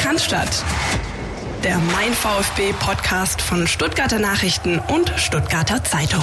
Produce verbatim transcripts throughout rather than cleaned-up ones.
Cannstatt, der Mein VfB-Podcast von Stuttgarter Nachrichten und Stuttgarter Zeitung.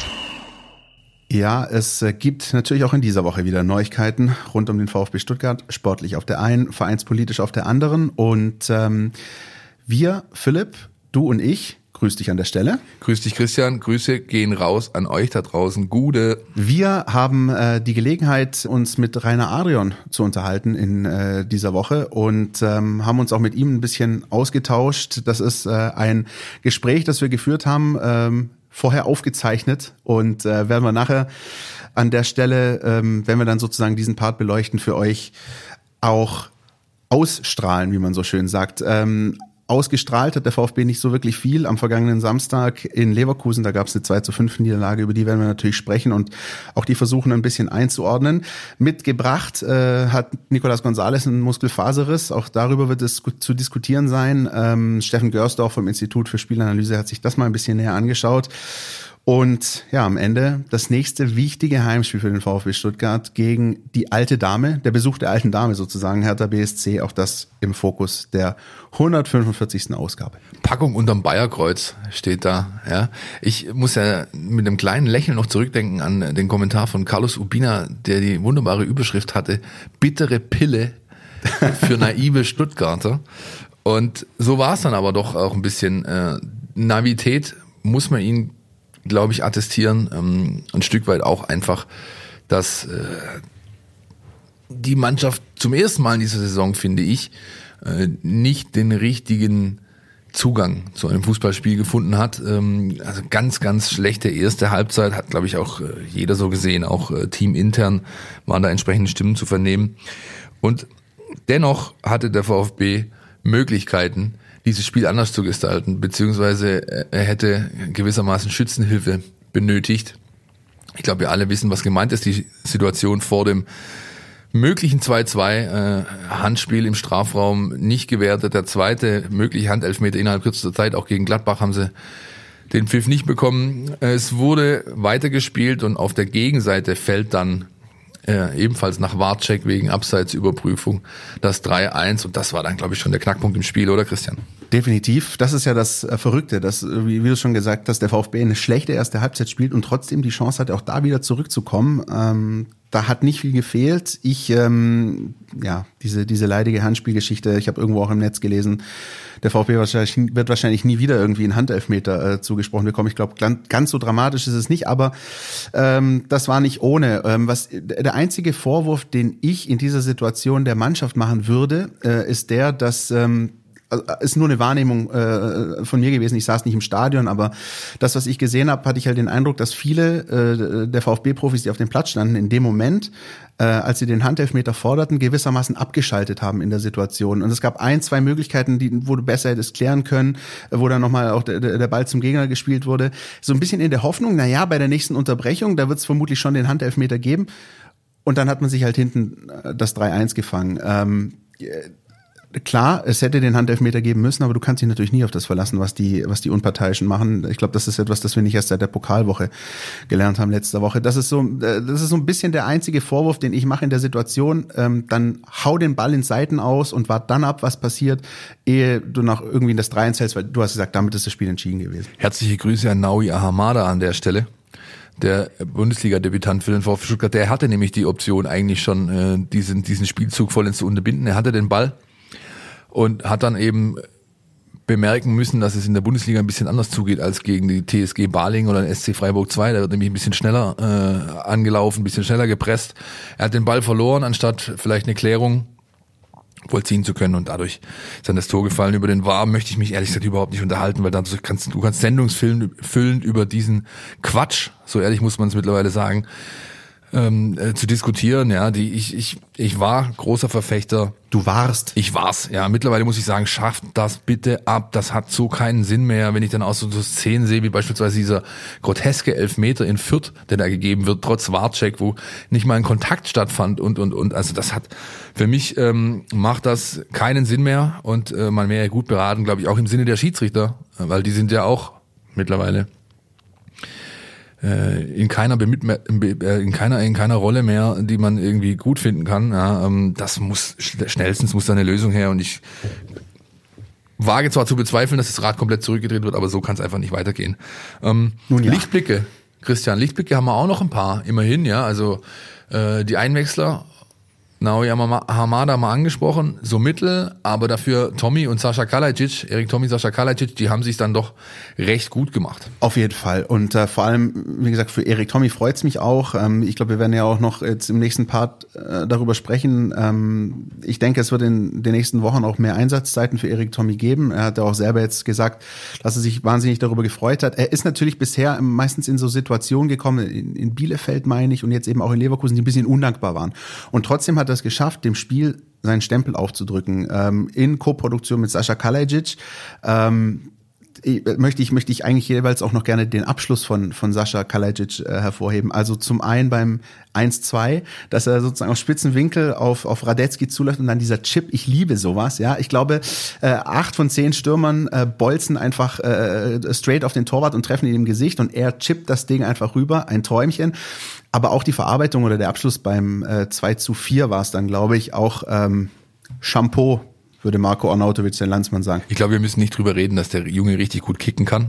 Ja, es gibt natürlich auch in dieser Woche wieder Neuigkeiten rund um den VfB Stuttgart, sportlich auf der einen, vereinspolitisch auf der anderen. Und ähm, wir, Philipp, du und ich, grüß dich an der Stelle. Grüß dich, Christian. Grüße gehen raus an euch da draußen. Gude. Wir haben äh, die Gelegenheit, uns mit Rainer Adrian zu unterhalten in äh, dieser Woche und ähm, haben uns auch mit ihm ein bisschen ausgetauscht. Das ist äh, ein Gespräch, das wir geführt haben, ähm, vorher aufgezeichnet und äh, werden wir nachher an der Stelle, ähm, wenn wir dann sozusagen diesen Part beleuchten, für euch auch ausstrahlen, wie man so schön sagt. Ähm, ausgestrahlt hat der VfB nicht so wirklich viel am vergangenen Samstag in Leverkusen. Da gab es eine zwei zu fünf Niederlage, über die werden wir natürlich sprechen und auch die versuchen ein bisschen einzuordnen. Mitgebracht äh, hat Nicolas Gonzalez einen Muskelfaserriss. Auch darüber wird es zu diskutieren sein. Ähm, Steffen Görsdorf vom Institut für Spielanalyse hat sich das mal ein bisschen näher angeschaut. Und ja, am Ende das nächste wichtige Heimspiel für den VfB Stuttgart gegen die alte Dame, der Besuch der alten Dame sozusagen, Hertha B S C, auch das im Fokus der hundertfünfundvierzigsten Ausgabe. Packung unterm Bayerkreuz steht da. Ja, ich muss ja mit einem kleinen Lächeln noch zurückdenken an den Kommentar von Carlos Urbina, der die wunderbare Überschrift hatte: bittere Pille für naive Stuttgarter. Und so war es dann aber doch auch ein bisschen. Äh, Naivität muss man ihnen, glaube ich, attestieren, ähm, ein Stück weit auch einfach, dass äh, die Mannschaft zum ersten Mal in dieser Saison, finde ich, äh, nicht den richtigen Zugang zu einem Fußballspiel gefunden hat. Ähm, also ganz, ganz schlechte erste Halbzeit, hat, glaube ich, auch äh, jeder so gesehen, auch äh, teamintern waren da entsprechende Stimmen zu vernehmen. Und dennoch hatte der VfB Möglichkeiten, dieses Spiel anders zu gestalten, beziehungsweise er hätte gewissermaßen Schützenhilfe benötigt. Ich glaube, wir alle wissen, was gemeint ist. Die Situation vor dem möglichen zwei zwei äh, Handspiel im Strafraum nicht gewertet. Der zweite mögliche Handelfmeter innerhalb kürzester Zeit, auch gegen Gladbach haben sie den Pfiff nicht bekommen. Es wurde weitergespielt und auf der Gegenseite fällt dann Äh, ebenfalls nach Wartcheck wegen Abseitsüberprüfung das drei eins und das war dann, glaube ich, schon der Knackpunkt im Spiel, oder Christian? Definitiv. Das ist ja das äh, Verrückte, dass, wie, wie du schon gesagt hast, der VfB eine schlechte erste Halbzeit spielt und trotzdem die Chance hat, auch da wieder zurückzukommen. Ähm, da hat nicht viel gefehlt. Ich, ähm, ja, diese diese leidige Handspielgeschichte, ich habe irgendwo auch im Netz gelesen, der VfB wahrscheinlich, wird wahrscheinlich nie wieder irgendwie einen Handelfmeter äh, zugesprochen bekommen. Ich glaube, ganz so dramatisch ist es nicht, aber ähm, das war nicht ohne. Ähm, was der einzige Vorwurf, den ich in dieser Situation der Mannschaft machen würde, äh, ist der, dass ähm, ist nur eine Wahrnehmung äh, von mir gewesen. Ich saß nicht im Stadion, aber das, was ich gesehen habe, hatte ich halt den Eindruck, dass viele äh, der VfB-Profis, die auf dem Platz standen, in dem Moment, äh, als sie den Handelfmeter forderten, gewissermaßen abgeschaltet haben in der Situation. Und es gab ein, zwei Möglichkeiten, die, wo du besser hättest klären können, wo dann nochmal auch der, der Ball zum Gegner gespielt wurde. So ein bisschen in der Hoffnung, na ja, bei der nächsten Unterbrechung, da wird es vermutlich schon den Handelfmeter geben. Und dann hat man sich halt hinten das drei eins gefangen. Ähm, Klar, es hätte den Handelfmeter geben müssen, aber du kannst dich natürlich nie auf das verlassen, was die, was die Unparteiischen machen. Ich glaube, das ist etwas, das wir nicht erst seit der Pokalwoche gelernt haben letzte Woche. Das ist so, das ist so ein bisschen der einzige Vorwurf, den ich mache in der Situation. Ähm, dann hau den Ball in Seiten aus und wart dann ab, was passiert, ehe du noch irgendwie in das drei eins hältst, weil du hast gesagt, damit ist das Spiel entschieden gewesen. Herzliche Grüße an Naui Ahamada an der Stelle. Der Bundesliga-Debütant für den VfB Stuttgart, der hatte nämlich die Option eigentlich schon, äh, diesen, diesen Spielzug vollends zu unterbinden. Er hatte den Ball und hat dann eben bemerken müssen, dass es in der Bundesliga ein bisschen anders zugeht als gegen die T S G Balingen oder den S C Freiburg zwei. Da wird nämlich ein bisschen schneller äh, angelaufen, ein bisschen schneller gepresst. Er hat den Ball verloren, anstatt vielleicht eine Klärung vollziehen zu können und dadurch ist dann das Tor gefallen. Über den V A R möchte ich mich ehrlich gesagt überhaupt nicht unterhalten, weil dann kannst du kannst sendungsfüllend über diesen Quatsch, so ehrlich muss man es mittlerweile sagen, ähm, äh, zu diskutieren. Ja, die ich ich ich war großer Verfechter. Du warst. Ich war's. Ja, mittlerweile muss ich sagen, schafft das bitte ab. Das hat so keinen Sinn mehr, wenn ich dann auch so, so Szenen sehe, wie beispielsweise dieser groteske Elfmeter in Fürth, der da gegeben wird, trotz Wartcheck, wo nicht mal ein Kontakt stattfand und und und. Also das hat für mich ähm, macht das keinen Sinn mehr und äh, man wäre ja gut beraten, glaube ich, auch im Sinne der Schiedsrichter, weil die sind ja auch mittlerweile in keiner in keiner in keiner Rolle mehr, die man irgendwie gut finden kann. Ja, das muss schnellstens muss da eine Lösung her und ich wage zwar zu bezweifeln, dass das Rad komplett zurückgedreht wird, aber so kann es einfach nicht weitergehen. Ähm, Nun ja. Lichtblicke, Christian, Lichtblicke haben wir auch noch ein paar, immerhin, ja, also äh, die Einwechsler, Naoya Hamada mal angesprochen, so mittel, aber dafür Tommy und Sascha Kalajdzic, Erik Tommy, Sascha Kalajdzic, die haben sich dann doch recht gut gemacht. Auf jeden Fall und äh, vor allem, wie gesagt, für Erik Tommy freut's mich auch. Ähm, ich glaube, wir werden ja auch noch jetzt im nächsten Part äh, darüber sprechen. Ähm, ich denke, es wird in den nächsten Wochen auch mehr Einsatzzeiten für Erik Tommy geben. Er hat ja auch selber jetzt gesagt, dass er sich wahnsinnig darüber gefreut hat. Er ist natürlich bisher meistens in so Situationen gekommen, in, in Bielefeld meine ich und jetzt eben auch in Leverkusen, die ein bisschen undankbar waren. Und trotzdem hat er es geschafft, dem Spiel seinen Stempel aufzudrücken, ähm, in Co-Produktion mit Sascha Kalajdzic. Ähm, möchte ich möchte ich eigentlich jeweils auch noch gerne den Abschluss von von Sascha Kalajdzic äh, hervorheben. Also zum einen beim eins zwei, dass er sozusagen auf spitzen Winkel auf auf Radetzky zuläuft und dann dieser Chip, ich liebe sowas, ja. Ich glaube, äh, acht von zehn Stürmern äh, bolzen einfach äh, straight auf den Torwart und treffen ihn im Gesicht und er chippt das Ding einfach rüber, ein Träumchen. Aber auch die Verarbeitung oder der Abschluss beim äh, zwei zu vier war es dann, glaube ich, auch ähm, Shampoo, würde Marco Arnautovic, der Landsmann, sagen. Ich glaube, wir müssen nicht drüber reden, dass der Junge richtig gut kicken kann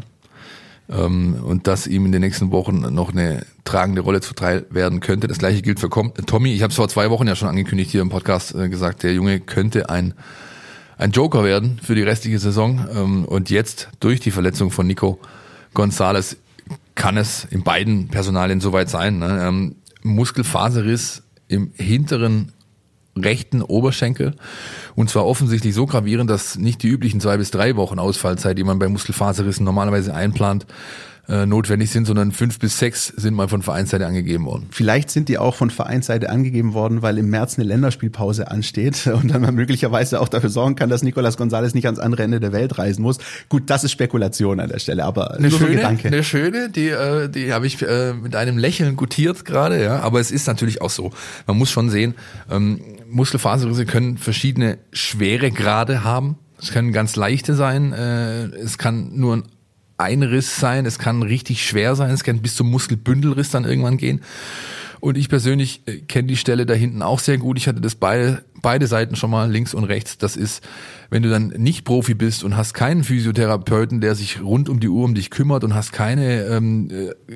ähm, und dass ihm in den nächsten Wochen noch eine tragende Rolle zuteil werden könnte. Das gleiche gilt für Tommy. Ich habe es vor zwei Wochen ja schon angekündigt hier im Podcast äh, gesagt, der Junge könnte ein ein Joker werden für die restliche Saison ähm, und jetzt durch die Verletzung von Nico González kann es in beiden Personalien soweit sein. Ne? Ähm, Muskelfaserriss im hinteren rechten Oberschenkel und zwar offensichtlich so gravierend, dass nicht die üblichen zwei bis drei Wochen Ausfallzeit, die man bei Muskelfaserrissen normalerweise einplant, äh, notwendig sind, sondern fünf bis sechs sind mal von Vereinsseite angegeben worden. Vielleicht sind die auch von Vereinsseite angegeben worden, weil im März eine Länderspielpause ansteht und dann man möglicherweise auch dafür sorgen kann, dass Nicolas González nicht ans andere Ende der Welt reisen muss. Gut, das ist Spekulation an der Stelle, aber eine nur schöne, so ein Gedanke. Eine schöne, die, äh, die habe ich äh, mit einem Lächeln gutiert gerade, ja. Aber es ist natürlich auch so. Man muss schon sehen, ähm, Muskelfaserrisse können verschiedene Schweregrade haben. Es können ganz leichte sein, äh, es kann nur ein Einriss sein, es kann richtig schwer sein, es kann bis zum Muskelbündelriss dann irgendwann gehen. Und ich persönlich äh, kenne die Stelle da hinten auch sehr gut. Ich hatte das beide, beide Seiten schon mal, links und rechts. Das ist, wenn du dann nicht Profi bist und hast keinen Physiotherapeuten, der sich rund um die Uhr um dich kümmert und hast keine ähm,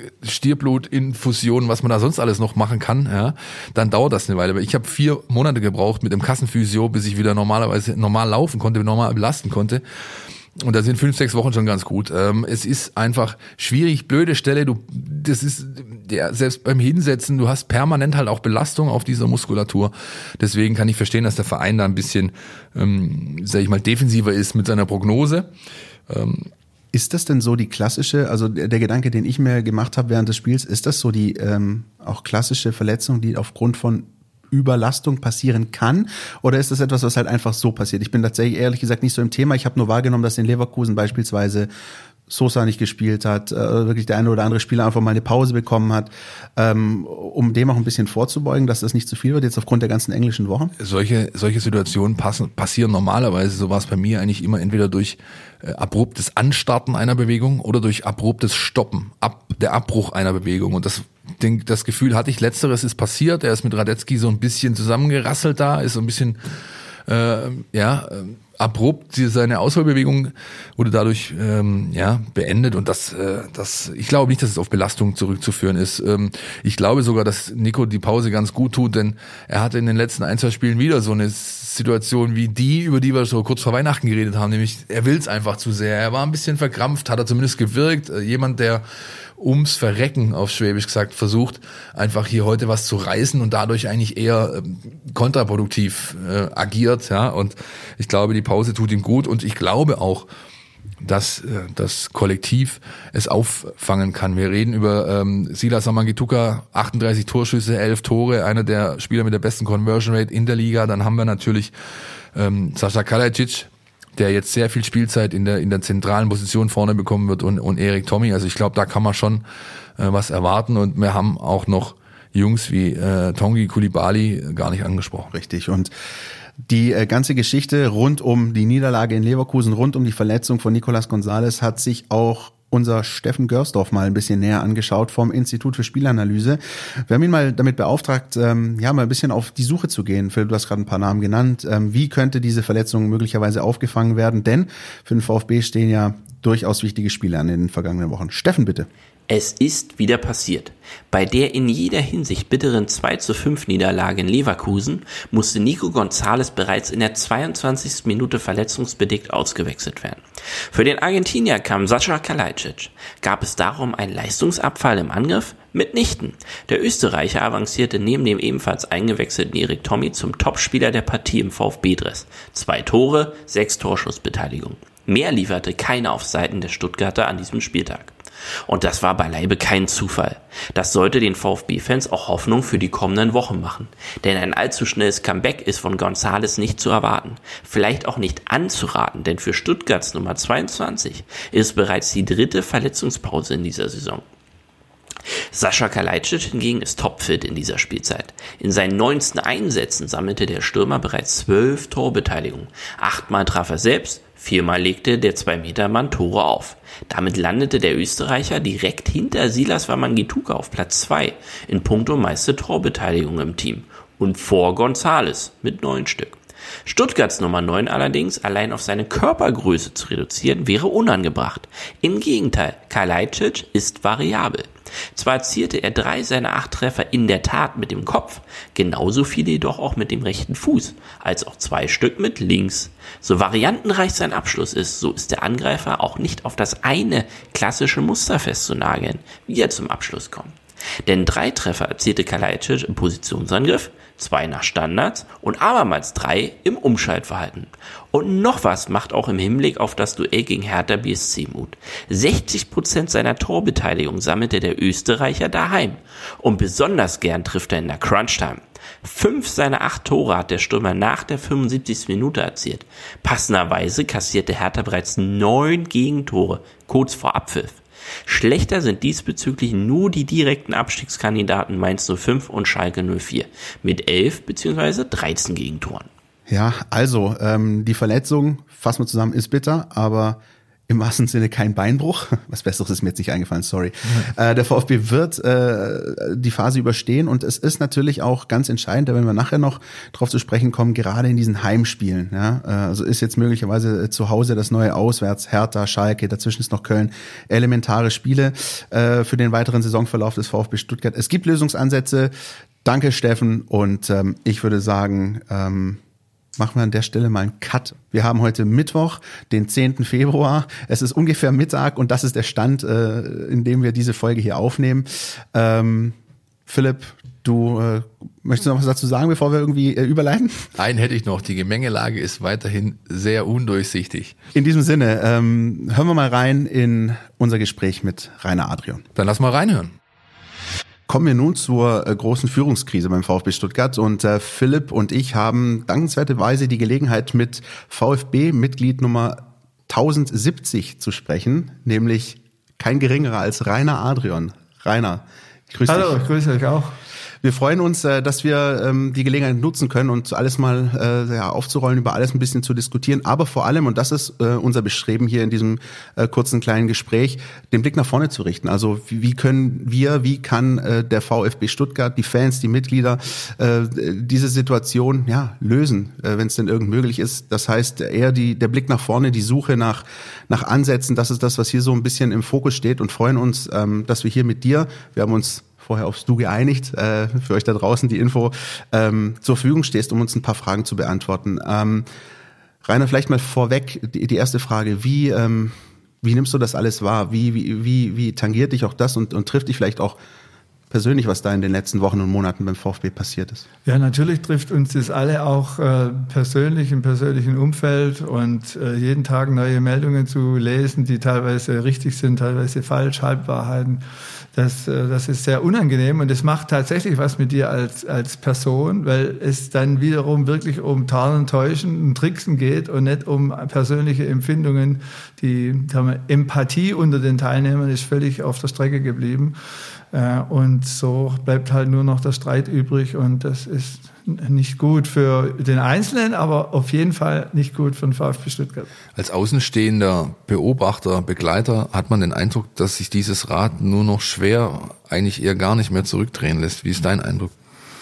Stierblutinfusion, was man da sonst alles noch machen kann, ja, dann dauert das eine Weile. Aber ich habe vier Monate gebraucht mit dem Kassenphysio, bis ich wieder normalerweise normal laufen konnte, normal belasten konnte. Und da sind fünf, sechs Wochen schon ganz gut. Ähm, es ist einfach schwierig, blöde Stelle. Du, das ist, ja, selbst beim Hinsetzen, du hast permanent halt auch Belastung auf dieser Muskulatur. Deswegen kann ich verstehen, dass der Verein da ein bisschen, ähm, sag ich mal, defensiver ist mit seiner Prognose. Ähm, Ist das denn so die klassische, also der, der Gedanke, den ich mir gemacht habe während des Spiels, ist das so die ähm, auch klassische Verletzung, die aufgrund von Überlastung passieren kann? Oder ist das etwas, was halt einfach so passiert? Ich bin tatsächlich ehrlich gesagt nicht so im Thema. Ich habe nur wahrgenommen, dass in Leverkusen beispielsweise Sosa nicht gespielt hat, äh, wirklich der eine oder andere Spieler einfach mal eine Pause bekommen hat, ähm, um dem auch ein bisschen vorzubeugen, dass das nicht zu viel wird, jetzt aufgrund der ganzen englischen Wochen? Solche, solche Situationen passen, passieren normalerweise, so war es bei mir eigentlich immer entweder durch äh, abruptes Anstarten einer Bewegung oder durch abruptes Stoppen, ab, der Abbruch einer Bewegung. Und das Den, das Gefühl hatte ich, letzteres ist passiert. Er ist mit Radetzky so ein bisschen zusammengerasselt da, ist so ein bisschen, äh, ja, äh, abrupt. Seine Ausholbewegung wurde dadurch, ähm, ja, beendet und das, äh, das, ich glaube nicht, dass es auf Belastung zurückzuführen ist. Ähm, ich glaube sogar, dass Nico die Pause ganz gut tut, denn er hatte in den letzten ein, zwei Spielen wieder so eine Situation wie die, über die wir so kurz vor Weihnachten geredet haben, nämlich er will es einfach zu sehr. Er war ein bisschen verkrampft, hat er zumindest gewirkt. Jemand, der ums Verrecken, auf Schwäbisch gesagt, versucht, einfach hier heute was zu reißen und dadurch eigentlich eher ähm, kontraproduktiv äh, agiert. Ja. Und ich glaube, die Pause tut ihm gut und ich glaube auch, dass äh, das Kollektiv es auffangen kann. Wir reden über ähm, Silas Samangituka, achtunddreißig Torschüsse, elf Tore, einer der Spieler mit der besten Conversion Rate in der Liga. Dann haben wir natürlich ähm, Sascha Kalajdzic, der jetzt sehr viel Spielzeit in der in der zentralen Position vorne bekommen wird und und Erik Tommy. Also ich glaube, da kann man schon äh, was erwarten und wir haben auch noch Jungs wie äh, Tanguy Coulibaly gar nicht angesprochen. Richtig. Und die äh, ganze Geschichte rund um die Niederlage in Leverkusen, rund um die Verletzung von Nicolas González hat sich auch unser Steffen Görsdorf mal ein bisschen näher angeschaut vom Institut für Spielanalyse. Wir haben ihn mal damit beauftragt, ähm, ja, mal ein bisschen auf die Suche zu gehen. Philipp, du hast gerade ein paar Namen genannt. Ähm, wie könnte diese Verletzung möglicherweise aufgefangen werden? Denn für den VfB stehen ja durchaus wichtige Spiele an in den vergangenen Wochen. Steffen, bitte. Es ist wieder passiert. Bei der in jeder Hinsicht bitteren zwei zu fünf Niederlage in Leverkusen musste Nico González bereits in der zweiundzwanzigsten Minute verletzungsbedingt ausgewechselt werden. Für den Argentinier kam Sascha Kalajdzic. Gab es darum einen Leistungsabfall im Angriff? Mitnichten. Der Österreicher avancierte neben dem ebenfalls eingewechselten Erik Tommy zum Topspieler der Partie im VfB-Dress. Zwei Tore, sechs Torschussbeteiligung. Mehr lieferte keiner auf Seiten der Stuttgarter an diesem Spieltag. Und das war beileibe kein Zufall. Das sollte den VfB-Fans auch Hoffnung für die kommenden Wochen machen. Denn ein allzu schnelles Comeback ist von González nicht zu erwarten. Vielleicht auch nicht anzuraten, denn für Stuttgarts Nummer zweiundzwanzig ist bereits die dritte Verletzungspause in dieser Saison. Sascha Kalajdzic hingegen ist topfit in dieser Spielzeit. In seinen neunsten Einsätzen sammelte der Stürmer bereits zwölf Torbeteiligungen. Achtmal traf er selbst, viermal legte der zwei-Meter-Mann Tore auf. Damit landete der Österreicher direkt hinter Silas Wamangituka auf Platz zwei in puncto meiste Torbeteiligung im Team und vor González mit neun Stück. Stuttgarts Nummer neun allerdings allein auf seine Körpergröße zu reduzieren, wäre unangebracht. Im Gegenteil, Kalajdzic ist variabel. Zwar erzielte er drei seiner acht Treffer in der Tat mit dem Kopf, genauso viele jedoch auch mit dem rechten Fuß, als auch zwei Stück mit links. So variantenreich sein Abschluss ist, so ist der Angreifer auch nicht auf das eine klassische Muster festzunageln, wie er zum Abschluss kommt. Denn drei Treffer erzielte Kalajdzic im Positionsangriff, zwei nach Standards und abermals drei im Umschaltverhalten. Und noch was macht auch im Hinblick auf das Duell gegen Hertha B S C Mut. sechzig Prozent seiner Torbeteiligung sammelte der Österreicher daheim. Und besonders gern trifft er in der Crunch-Time. Fünf seiner acht Tore hat der Stürmer nach der fünfundsiebzigsten Minute erzielt. Passenderweise kassierte Hertha bereits neun Gegentore, kurz vor Abpfiff. Schlechter sind diesbezüglich nur die direkten Abstiegskandidaten Mainz null fünf und Schalke null vier mit elf bzw. dreizehn Gegentoren. Ja, also ähm, die Verletzung, fassen wir zusammen, ist bitter, aber im wahrsten Sinne kein Beinbruch. Was Besseres ist mir jetzt nicht eingefallen, sorry. Mhm. Äh, der VfB wird äh, die Phase überstehen und es ist natürlich auch ganz entscheidend, da werden wir nachher noch drauf zu sprechen kommen, gerade in diesen Heimspielen. Ja? Äh, also ist jetzt möglicherweise äh, zu Hause das neue Auswärts, Hertha, Schalke, dazwischen ist noch Köln. Elementare Spiele äh, für den weiteren Saisonverlauf des VfB Stuttgart. Es gibt Lösungsansätze. Danke, Steffen. Und ähm, ich würde sagen, ähm, machen wir an der Stelle mal einen Cut. Wir haben heute Mittwoch, den zehnten Februar. Es ist ungefähr Mittag und das ist der Stand, äh, in dem wir diese Folge hier aufnehmen. Ähm, Philipp, du äh, möchtest noch was dazu sagen, bevor wir irgendwie äh, überleiten? Einen hätte ich noch. Die Gemengelage ist weiterhin sehr undurchsichtig. In diesem Sinne, ähm, hören wir mal rein in unser Gespräch mit Rainer Adrian. Dann lass mal reinhören. Kommen wir nun zur äh, großen Führungskrise beim VfB Stuttgart und äh, Philipp und ich haben dankenswerterweise die Gelegenheit mit VfB-Mitglied Nummer tausendsiebzig zu sprechen, nämlich kein geringerer als Rainer Adrian. Rainer, ich grüße dich. Hallo, ich grüße euch auch. Wir freuen uns, dass wir ähm, die Gelegenheit nutzen können und alles mal äh, ja, aufzurollen, über alles ein bisschen zu diskutieren, aber vor allem, und das ist äh, unser Bestreben hier in diesem äh, kurzen kleinen Gespräch, den Blick nach vorne zu richten. Also wie, wie können wir, wie kann äh, der VfB Stuttgart, die Fans, die Mitglieder äh, diese Situation ja lösen, äh, wenn es denn irgend möglich ist. Das heißt eher die, der Blick nach vorne, die Suche nach, nach Ansätzen, das ist das, was hier so ein bisschen im Fokus steht und freuen uns, ähm, dass wir hier mit dir, wir haben uns vorher aufs Du geeinigt, äh, für euch da draußen die Info, ähm, zur Verfügung stehst, um uns ein paar Fragen zu beantworten. Ähm, Rainer, vielleicht mal vorweg die, die erste Frage, wie, ähm, wie nimmst du das alles wahr? Wie, wie, wie, wie tangiert dich auch das und, und trifft dich vielleicht auch persönlich, was da in den letzten Wochen und Monaten beim VfB passiert ist? Ja, natürlich trifft uns das alle auch äh, persönlich, im persönlichen Umfeld und äh, jeden Tag neue Meldungen zu lesen, die teilweise richtig sind, teilweise falsch, Halbwahrheiten. Das, äh, das ist sehr unangenehm und es macht tatsächlich was mit dir als, als Person, weil es dann wiederum wirklich um Tarnen, Täuschen und Tricksen geht und nicht um persönliche Empfindungen. Die sagen wir, Empathie unter den Teilnehmern ist völlig auf der Strecke geblieben. Und so bleibt halt nur noch der Streit übrig und das ist nicht gut für den Einzelnen, aber auf jeden Fall nicht gut für den VfB Stuttgart. Als außenstehender Beobachter, Begleiter hat man den Eindruck, dass sich dieses Rad nur noch schwer, eigentlich eher gar nicht mehr zurückdrehen lässt. Wie ist dein Eindruck?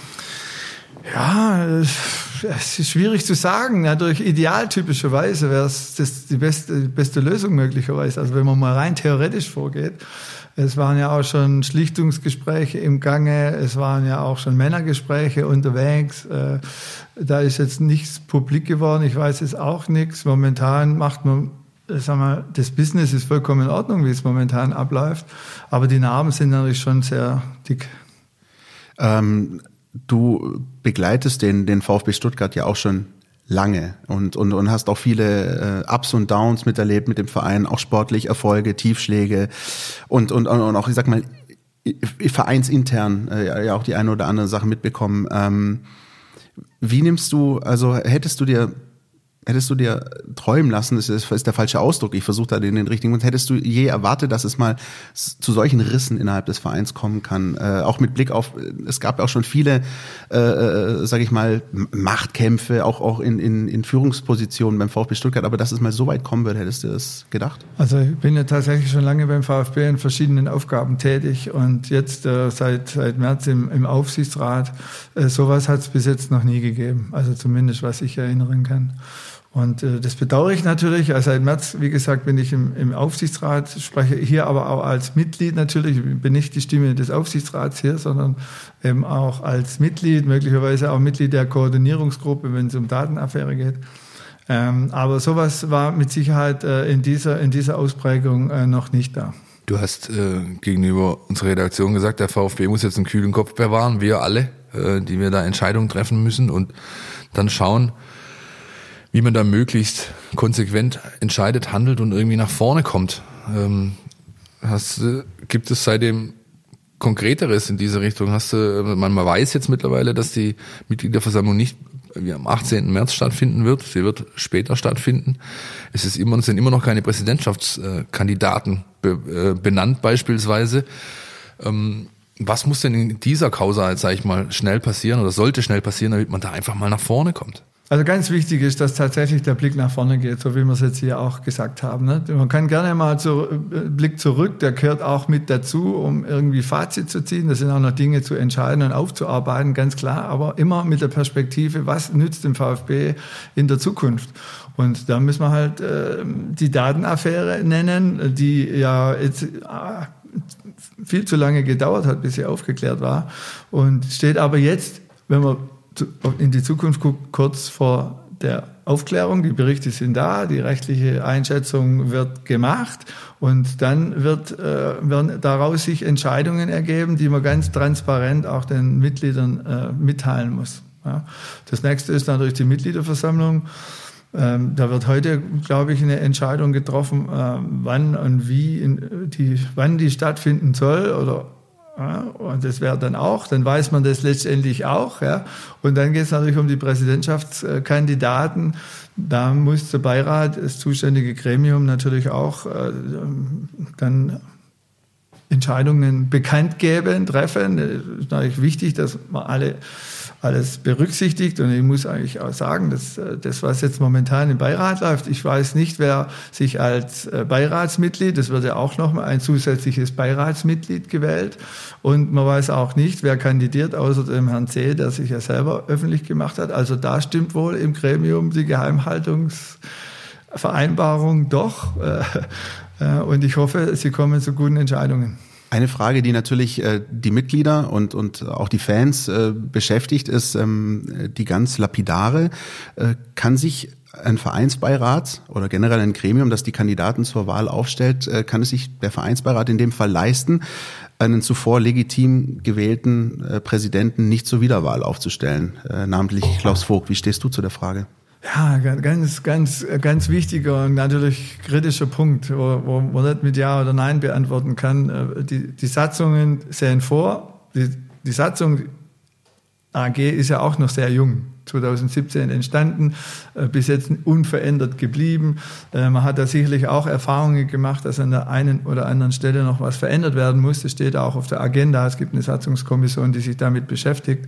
Ja, es ist schwierig zu sagen. Natürlich idealtypischerweise wäre es das die beste, die beste Lösung möglicherweise. Also wenn man mal rein theoretisch vorgeht. Es waren ja auch schon Schlichtungsgespräche im Gange, es waren ja auch schon Männergespräche unterwegs. Da ist jetzt nichts publik geworden, ich weiß jetzt auch nichts. Momentan macht man, sag mal, das Business ist vollkommen in Ordnung, wie es momentan abläuft. Aber die Narben sind natürlich schon sehr dick. Ähm, du begleitest den, den VfB Stuttgart ja auch schon lange und, und, und hast auch viele äh, Ups und Downs miterlebt mit dem Verein, auch sportlich Erfolge, Tiefschläge und, und, und auch, ich sag mal, vereinsintern äh, ja auch die eine oder andere Sache mitbekommen. Ähm, wie nimmst du, also hättest du dir Hättest du dir träumen lassen, das ist, ist der falsche Ausdruck, ich versuche da den, den richtigen, und hättest du je erwartet, dass es mal zu solchen Rissen innerhalb des Vereins kommen kann, äh, auch mit Blick auf, es gab ja auch schon viele, äh, sage ich mal, Machtkämpfe, auch auch in, in, in Führungspositionen beim VfB Stuttgart, aber dass es mal so weit kommen wird, hättest du das gedacht? Also ich bin ja tatsächlich schon lange beim VfB in verschiedenen Aufgaben tätig und jetzt äh, seit, seit März im, im Aufsichtsrat, äh, sowas hat es bis jetzt noch nie gegeben, also zumindest was ich erinnern kann. Und äh, das bedauere ich natürlich. Also seit März, wie gesagt, bin ich im, im Aufsichtsrat, spreche hier aber auch als Mitglied natürlich. Ich bin nicht die Stimme des Aufsichtsrats hier, sondern eben auch als Mitglied, möglicherweise auch Mitglied der Koordinierungsgruppe, wenn es um Datenaffäre geht. Ähm, aber sowas war mit Sicherheit äh, in dieser, in dieser Ausprägung äh, noch nicht da. Du hast äh, gegenüber unserer Redaktion gesagt, der VfB muss jetzt einen kühlen Kopf bewahren, wir alle, äh, die wir da Entscheidungen treffen müssen und dann schauen, wie man da möglichst konsequent entscheidet, handelt und irgendwie nach vorne kommt. Ähm, hast, gibt es seitdem Konkreteres in diese Richtung? Hast du, man, man weiß jetzt mittlerweile, dass die Mitgliederversammlung nicht wie am achtzehnten März stattfinden wird. Sie wird später stattfinden. Es ist immer, es sind immer noch keine Präsidentschaftskandidaten be, äh, benannt beispielsweise. Ähm, was muss denn in dieser Causa, sage ich mal, schnell passieren oder sollte schnell passieren, damit man da einfach mal nach vorne kommt? Also ganz wichtig ist, dass tatsächlich der Blick nach vorne geht, so wie wir es jetzt hier auch gesagt haben. Ne? Man kann gerne mal zu, Blick zurück, der gehört auch mit dazu, um irgendwie Fazit zu ziehen. Das sind auch noch Dinge zu entscheiden und aufzuarbeiten, ganz klar. Aber immer mit der Perspektive, was nützt dem VfB in der Zukunft? Und da müssen wir halt äh, die Datenaffäre nennen, die ja jetzt äh, viel zu lange gedauert hat, bis sie aufgeklärt war. Und steht aber jetzt, wenn man in die Zukunft guckt, kurz vor der Aufklärung. Die Berichte sind da, die rechtliche Einschätzung wird gemacht und dann wird, äh, werden daraus sich Entscheidungen ergeben, die man ganz transparent auch den Mitgliedern äh, mitteilen muss. Ja. Das nächste ist natürlich die Mitgliederversammlung. Ähm, da wird heute, glaube ich, eine Entscheidung getroffen, äh, wann und wie in, die, wann die stattfinden soll oder ja, und das wäre dann auch, dann weiß man das letztendlich auch. Ja. Und dann geht es natürlich um die Präsidentschaftskandidaten. Da muss der Beirat, das zuständige Gremium, natürlich auch äh, dann Entscheidungen bekannt geben, treffen. Es ist natürlich wichtig, dass man alle alles berücksichtigt. Und ich muss eigentlich auch sagen, dass das, was jetzt momentan im Beirat läuft, ich weiß nicht, wer sich als Beiratsmitglied, das wird ja auch noch mal ein zusätzliches Beiratsmitglied gewählt. Und man weiß auch nicht, wer kandidiert, außer dem Herrn C., der sich ja selber öffentlich gemacht hat. Also da stimmt wohl im Gremium die Geheimhaltungsvereinbarung doch. Und ich hoffe, sie kommen zu guten Entscheidungen. Eine Frage, die natürlich äh, die Mitglieder und und auch die Fans äh, beschäftigt, ist ähm, die ganz lapidare. Äh, kann sich ein Vereinsbeirat oder generell ein Gremium, das die Kandidaten zur Wahl aufstellt, äh, kann es sich der Vereinsbeirat in dem Fall leisten, einen zuvor legitim gewählten äh, Präsidenten nicht zur Wiederwahl aufzustellen, äh, namentlich Klaus Vogt? Wie stehst du zu der Frage? Ja, ganz, ganz, ganz wichtiger und natürlich kritischer Punkt, wo, wo man nicht mit Ja oder Nein beantworten kann. Die, die Satzungen sehen vor, die, die Satzung A G ist ja auch noch sehr jung. zweitausendsiebzehn entstanden, bis jetzt unverändert geblieben. Man hat da sicherlich auch Erfahrungen gemacht, dass an der einen oder anderen Stelle noch was verändert werden muss. Das steht auch auf der Agenda. Es gibt eine Satzungskommission, die sich damit beschäftigt.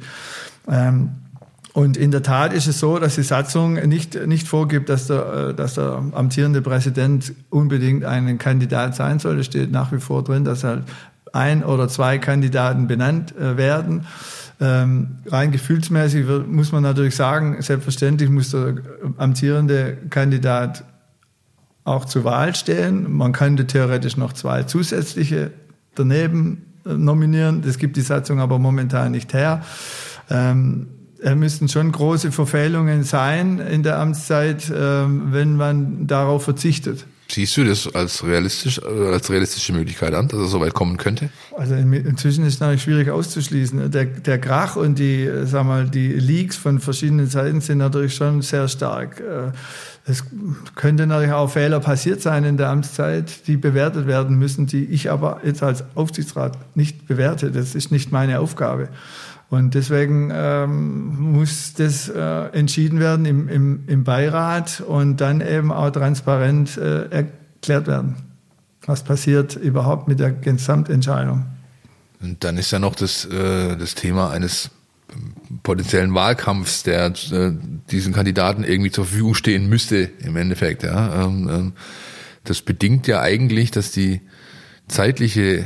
Und in der Tat ist es so, dass die Satzung nicht, nicht vorgibt, dass der, dass der amtierende Präsident unbedingt ein Kandidat sein soll. Es steht nach wie vor drin, dass halt ein oder zwei Kandidaten benannt werden. Ähm, rein gefühlsmäßig wird, muss man natürlich sagen, selbstverständlich muss der amtierende Kandidat auch zur Wahl stehen. Man könnte theoretisch noch zwei zusätzliche daneben nominieren. Das gibt die Satzung aber momentan nicht her. Ähm, es müssten schon große Verfehlungen sein in der Amtszeit, ähm, wenn man darauf verzichtet. Siehst du das als realistisch, als realistische Möglichkeit an, dass es so weit kommen könnte? Also inzwischen ist es natürlich schwierig auszuschließen. Der, der Krach und die, sag mal, die Leaks von verschiedenen Seiten sind natürlich schon sehr stark. Es könnte natürlich auch Fehler passiert sein in der Amtszeit, die bewertet werden müssen, die ich aber jetzt als Aufsichtsrat nicht bewerte. Das ist nicht meine Aufgabe. Und deswegen ähm, muss das äh, entschieden werden im, im, im Beirat und dann eben auch transparent äh, erklärt werden. Was passiert überhaupt mit der Gesamtentscheidung? Und dann ist ja noch das, äh, das Thema eines potenziellen Wahlkampfs, der äh, diesen Kandidaten irgendwie zur Verfügung stehen müsste im Endeffekt. Ja. Ähm, ähm, das bedingt ja eigentlich, dass die zeitliche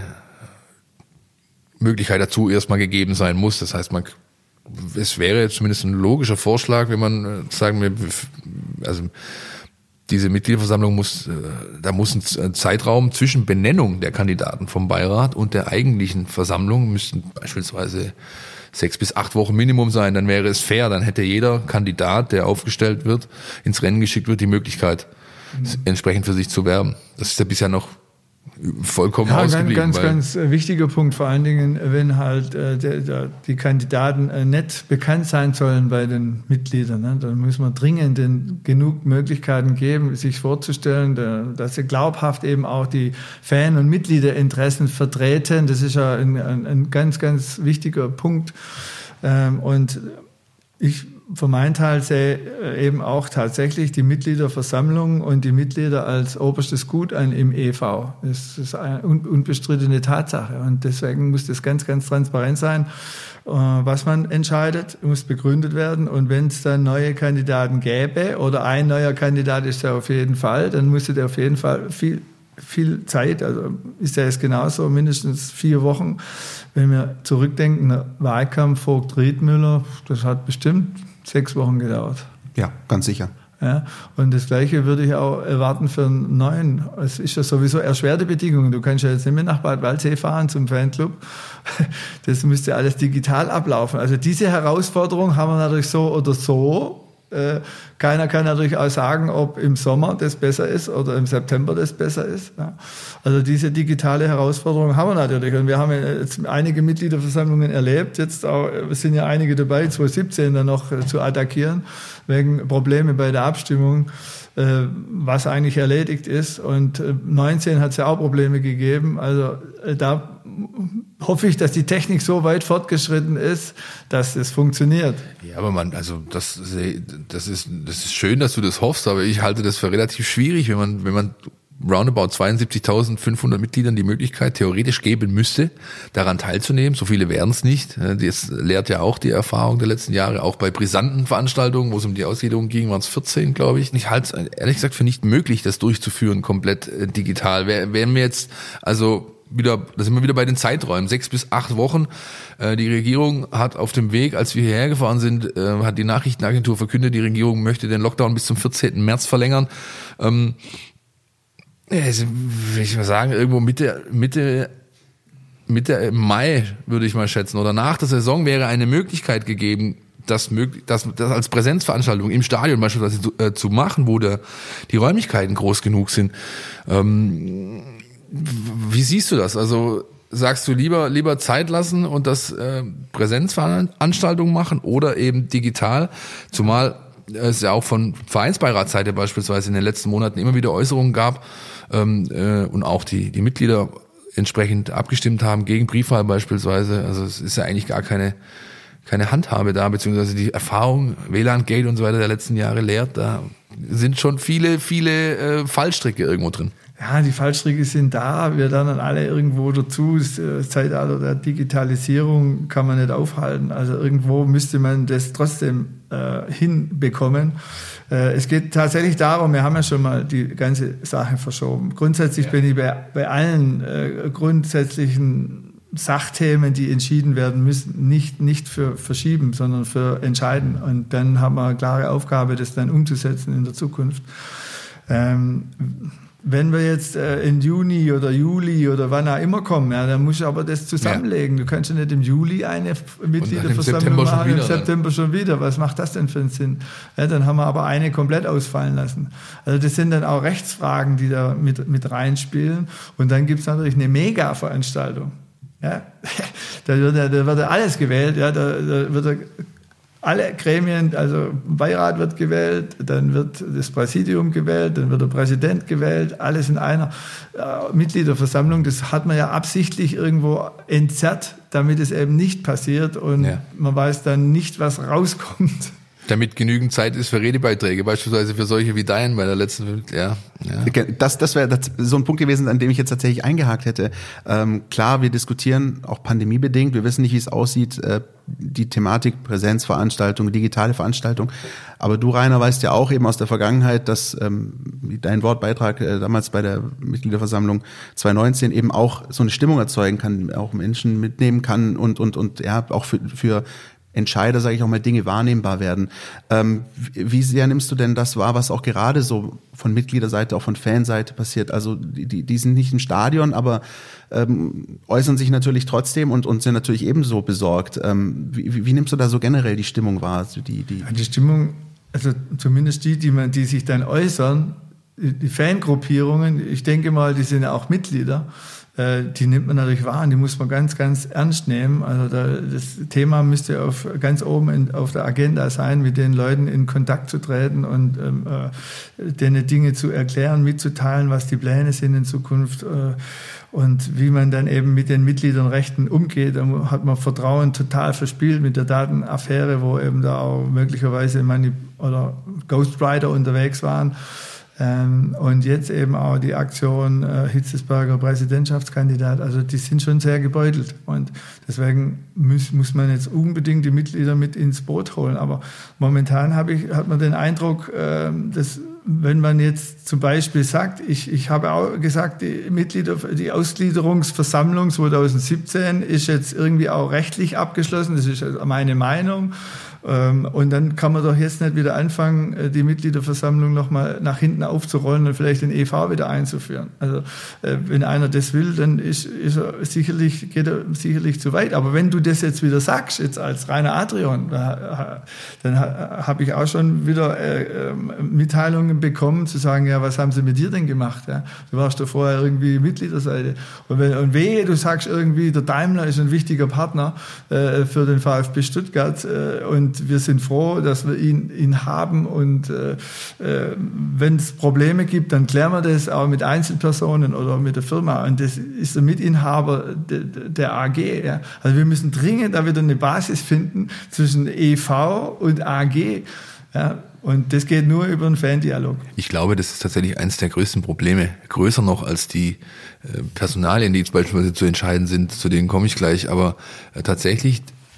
Möglichkeit dazu erstmal gegeben sein muss. Das heißt, man, es wäre zumindest ein logischer Vorschlag, wenn man sagen wir, also diese Mitgliederversammlung muss, da muss ein Zeitraum zwischen Benennung der Kandidaten vom Beirat und der eigentlichen Versammlung müssten beispielsweise sechs bis acht Wochen Minimum sein. Dann wäre es fair. Dann hätte jeder Kandidat, der aufgestellt wird, ins Rennen geschickt wird, die Möglichkeit, mhm. entsprechend für sich zu werben. Das ist ja bisher noch vollkommen ja, ausgeblieben. Ganz, ganz wichtiger Punkt, vor allen Dingen, wenn halt äh, der, der, die Kandidaten äh, nicht bekannt sein sollen bei den Mitgliedern. Ne? Dann muss man dringend den, genug Möglichkeiten geben, sich vorzustellen, der, dass sie glaubhaft eben auch die Fan- und Mitgliederinteressen vertreten. Das ist ja ein, ein, ein ganz, ganz wichtiger Punkt. Ähm, und ich für meinen Teil sehe eben auch tatsächlich die Mitgliederversammlung und die Mitglieder als oberstes Gut an im E V. Das ist eine unbestrittene Tatsache und deswegen muss das ganz, ganz transparent sein. Was man entscheidet, muss begründet werden und wenn es dann neue Kandidaten gäbe oder ein neuer Kandidat ist ja auf jeden Fall, dann müsste der auf jeden Fall viel viel Zeit, also ist ja jetzt genauso, mindestens vier Wochen. Wenn wir zurückdenken, der Wahlkampf Vogt-Riedmüller, das hat bestimmt sechs Wochen gedauert. Ja, ganz sicher. Ja, und das Gleiche würde ich auch erwarten für einen neuen. Es ist ja sowieso erschwerte Bedingungen. Du kannst ja jetzt nicht mehr nach Bad Waldsee fahren zum Fanclub. Das müsste alles digital ablaufen. Also diese Herausforderung haben wir natürlich so oder so. Keiner kann natürlich auch sagen, ob im Sommer das besser ist oder im September das besser ist. Also diese digitale Herausforderung haben wir natürlich. Und wir haben jetzt einige Mitgliederversammlungen erlebt. Jetzt auch, es sind ja einige dabei, zwanzig siebzehn dann noch zu attackieren, wegen Probleme bei der Abstimmung, was eigentlich erledigt ist. Und neunzehn hat es ja auch Probleme gegeben. Also da hoffe ich, dass die Technik so weit fortgeschritten ist, dass es funktioniert. Ja, aber man, also das, das ist, das ist schön, dass du das hoffst, aber ich halte das für relativ schwierig, wenn man, wenn man roundabout zweiundsiebzigtausendfünfhundert Mitgliedern die Möglichkeit theoretisch geben müsste, daran teilzunehmen. So viele werden es nicht. Das lehrt ja auch die Erfahrung der letzten Jahre, auch bei brisanten Veranstaltungen, wo es um die Aussiedlung ging, waren es vierzehn, glaube ich. Ich halte es ehrlich gesagt für nicht möglich, das durchzuführen, komplett digital. Wären wir jetzt, also wieder, da sind wir wieder bei den Zeiträumen, sechs bis acht Wochen. Äh, die Regierung hat auf dem Weg, als wir hierher gefahren sind, äh, hat die Nachrichtenagentur verkündet, die Regierung möchte den Lockdown bis zum vierzehnten März verlängern. Ähm, also, will ich mal sagen, irgendwo Mitte, Mitte, Mitte Mai, würde ich mal schätzen, oder nach der Saison wäre eine Möglichkeit gegeben, das, möglich, das, das als Präsenzveranstaltung im Stadion beispielsweise zu, äh, zu machen, wo der, die Räumlichkeiten groß genug sind. Ähm, Wie siehst du das? Also sagst du lieber lieber Zeit lassen und das äh, Präsenzveranstaltungen machen oder eben digital? Zumal es ja auch von Vereinsbeiratsseite beispielsweise in den letzten Monaten immer wieder Äußerungen gab ähm, äh, und auch die die Mitglieder entsprechend abgestimmt haben gegen Briefwahl beispielsweise. Also es ist ja eigentlich gar keine keine Handhabe da, beziehungsweise die Erfahrung, W L A N-Gate und so weiter der letzten Jahre lehrt, da sind schon viele, viele äh, Fallstricke irgendwo drin. Ja, die Fallstricke sind da, wir lernen alle irgendwo dazu. Das Zeitalter der Digitalisierung kann man nicht aufhalten. Also irgendwo müsste man das trotzdem äh, hinbekommen. Äh, es geht tatsächlich darum, wir haben ja schon mal die ganze Sache verschoben. Grundsätzlich ja. bin ich bei, bei allen äh, grundsätzlichen Sachthemen, die entschieden werden müssen, nicht, nicht für verschieben, sondern für entscheiden. Und dann haben wir eine klare Aufgabe, das dann umzusetzen in der Zukunft. Ähm, Wenn wir jetzt äh, in Juni oder Juli oder wann auch immer kommen, ja, dann musst du aber das zusammenlegen. Ja. Du kannst ja nicht im Juli eine Mitgliederversammlung machen, im September schon wieder. Was macht das denn für einen Sinn? Ja, dann haben wir aber eine komplett ausfallen lassen. Also das sind dann auch Rechtsfragen, die da mit, mit reinspielen. Und dann gibt's natürlich eine Mega-Veranstaltung. Ja? Da wird ja, da wird ja alles gewählt. Ja? Da, da wird ja alle Gremien, also Beirat wird gewählt, dann wird das Präsidium gewählt, dann wird der Präsident gewählt, alles in einer äh, Mitgliederversammlung. Das hat man ja absichtlich irgendwo entzerrt, damit es eben nicht passiert und ja. man weiß dann nicht, was rauskommt. Damit genügend Zeit ist für Redebeiträge, beispielsweise für solche wie deinen bei der letzten, ja. ja. Das, das wäre so ein Punkt gewesen, an dem ich jetzt tatsächlich eingehakt hätte. Ähm, klar, wir diskutieren auch pandemiebedingt, wir wissen nicht, wie es aussieht, äh, die Thematik Präsenzveranstaltung, digitale Veranstaltung. Aber du, Rainer, weißt ja auch eben aus der Vergangenheit, dass ähm, dein Wortbeitrag äh, damals bei der Mitgliederversammlung zwanzig neunzehn eben auch so eine Stimmung erzeugen kann, auch Menschen mitnehmen kann und, und, und ja, auch für, für Entscheider, sage ich auch mal, Dinge wahrnehmbar werden. Ähm, wie sehr nimmst du denn das wahr, was auch gerade so von Mitgliederseite, auch von Fanseite passiert? Also die, die sind nicht im Stadion, aber ähm, äußern sich natürlich trotzdem und, und sind natürlich ebenso besorgt. Ähm, wie, wie nimmst du da so generell die Stimmung wahr? Also die, die, die Stimmung, also zumindest die, die, man, die sich dann äußern, die Fangruppierungen, ich denke mal, die sind ja auch Mitglieder, die nimmt man natürlich wahr und die muss man ganz, ganz ernst nehmen. Also da, das Thema müsste auf, ganz oben in, auf der Agenda sein, mit den Leuten in Kontakt zu treten und ähm, äh, denen Dinge zu erklären, mitzuteilen, was die Pläne sind in Zukunft äh, und wie man dann eben mit den Mitgliederrechten umgeht. Da hat man Vertrauen total verspielt mit der Datenaffäre, wo eben da auch möglicherweise Manip- oder Ghostwriter unterwegs waren. Ähm, und jetzt eben auch die Aktion äh, Hitzesberger Präsidentschaftskandidat, also die sind schon sehr gebeutelt und deswegen muss, muss man jetzt unbedingt die Mitglieder mit ins Boot holen, aber momentan habe ich, hat man den Eindruck, äh, dass wenn man jetzt zum Beispiel sagt, ich, ich habe auch gesagt, die Mitglieder, die Ausgliederungsversammlung zwanzig siebzehn ist jetzt irgendwie auch rechtlich abgeschlossen, das ist meine Meinung. Und dann kann man doch jetzt nicht wieder anfangen, die Mitgliederversammlung nochmal nach hinten aufzurollen und vielleicht den E V wieder einzuführen. Also wenn einer das will, dann ist, ist er sicherlich, geht er sicherlich zu weit. Aber wenn du das jetzt wieder sagst, jetzt als Rainer Adrian, dann habe ich auch schon wieder Mitteilungen bekommen, zu sagen, ja, was haben sie mit dir denn gemacht? Ja? Du warst doch vorher irgendwie Mitgliederseite. Und, wenn, und wehe, du sagst irgendwie, der Daimler ist ein wichtiger Partner äh, für den VfB Stuttgart äh, und wir sind froh, dass wir ihn, ihn haben und äh, äh, wenn es Probleme gibt, dann klären wir das auch mit Einzelpersonen oder mit der Firma und das ist der Mitinhaber de, de, der A G. Ja. Also wir müssen dringend da wieder eine Basis finden zwischen E V und A G. Ja. Und das geht nur über einen Fan-Dialog. Ich glaube, das ist tatsächlich eines der größten Probleme. Größer noch als die äh, Personalien, die jetzt beispielsweise zu entscheiden sind, zu denen komme ich gleich. Aber äh, tatsächlich,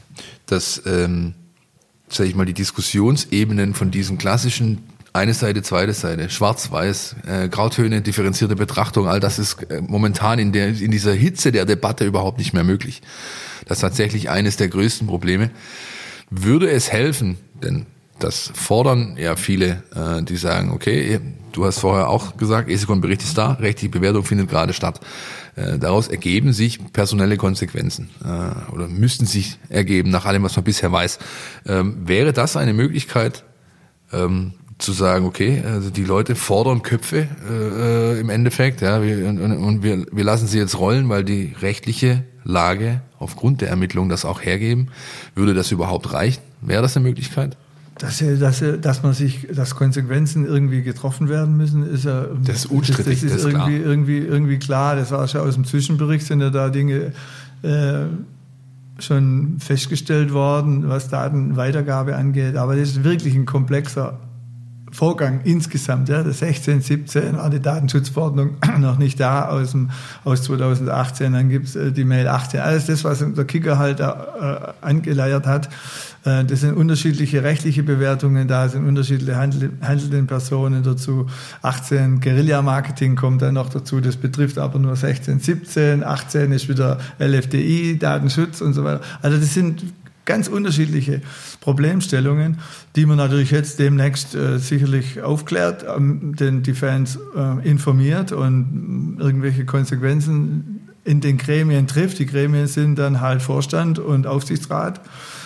dass, ähm, sag ich mal, die Diskussionsebenen von diesen klassischen eine Seite, zweite Seite, schwarz-weiß, äh, Grautöne, differenzierte Betrachtung, all das ist äh, momentan in der in dieser Hitze der Debatte überhaupt nicht mehr möglich. Das ist tatsächlich eines der größten Probleme. Würde es helfen, denn das fordern ja viele, äh, die sagen, okay, du hast vorher auch gesagt, ESECON-Bericht ist da, rechtliche Bewertung findet gerade statt. Äh, daraus ergeben sich personelle Konsequenzen äh, oder müssten sich ergeben, nach allem, was man bisher weiß. Ähm, wäre das eine Möglichkeit, ähm, zu sagen, okay, also die Leute fordern Köpfe äh, im Endeffekt, ja, wir, und, und wir, wir lassen sie jetzt rollen, weil die rechtliche Lage aufgrund der Ermittlungen das auch hergeben. Würde das überhaupt reichen? Wäre das eine Möglichkeit? Dass, dass, dass man sich, dass Konsequenzen irgendwie getroffen werden müssen, ist ja, das ist unstrittig, das, das ist, das ist irgendwie, irgendwie, irgendwie klar. Das war schon aus dem Zwischenbericht, sind ja da Dinge äh, schon festgestellt worden, was Datenweitergabe angeht. Aber das ist wirklich ein komplexer Vorgang insgesamt. Ja. Das sechzehn, siebzehn war die Datenschutzverordnung noch nicht da aus, dem, aus zweitausendachtzehn. Dann gibt's äh, die Mail achtzehn. Alles das, was der Kicker halt äh, angeleiert hat. Äh, das sind unterschiedliche rechtliche Bewertungen da, sind unterschiedliche handel, handelnden Personen dazu. achtzehn Guerilla-Marketing kommt dann noch dazu. Das betrifft aber nur sechzehn, siebzehn. achtzehn ist wieder L F D I, Datenschutz und so weiter. Also das sind ganz unterschiedliche Problemstellungen, die man natürlich jetzt demnächst äh, sicherlich aufklärt, ähm, denn die Fans äh, informiert und irgendwelche Konsequenzen in den Gremien trifft. Die Gremien sind dann halt Vorstand und Aufsichtsrat.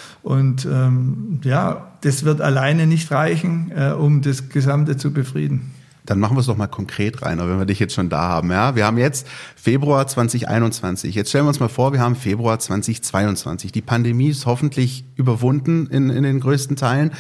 Und ähm, ja, das wird alleine nicht reichen, äh, um das Gesamte zu befrieden. Dann machen wir es doch mal konkret, Rainer, wenn wir dich jetzt schon da haben. Ja, wir haben jetzt Februar zwanzig einundzwanzig. Jetzt stellen wir uns mal vor, wir haben Februar zwanzig zweiundzwanzig. Die Pandemie ist hoffentlich überwunden in, in den größten Teilen.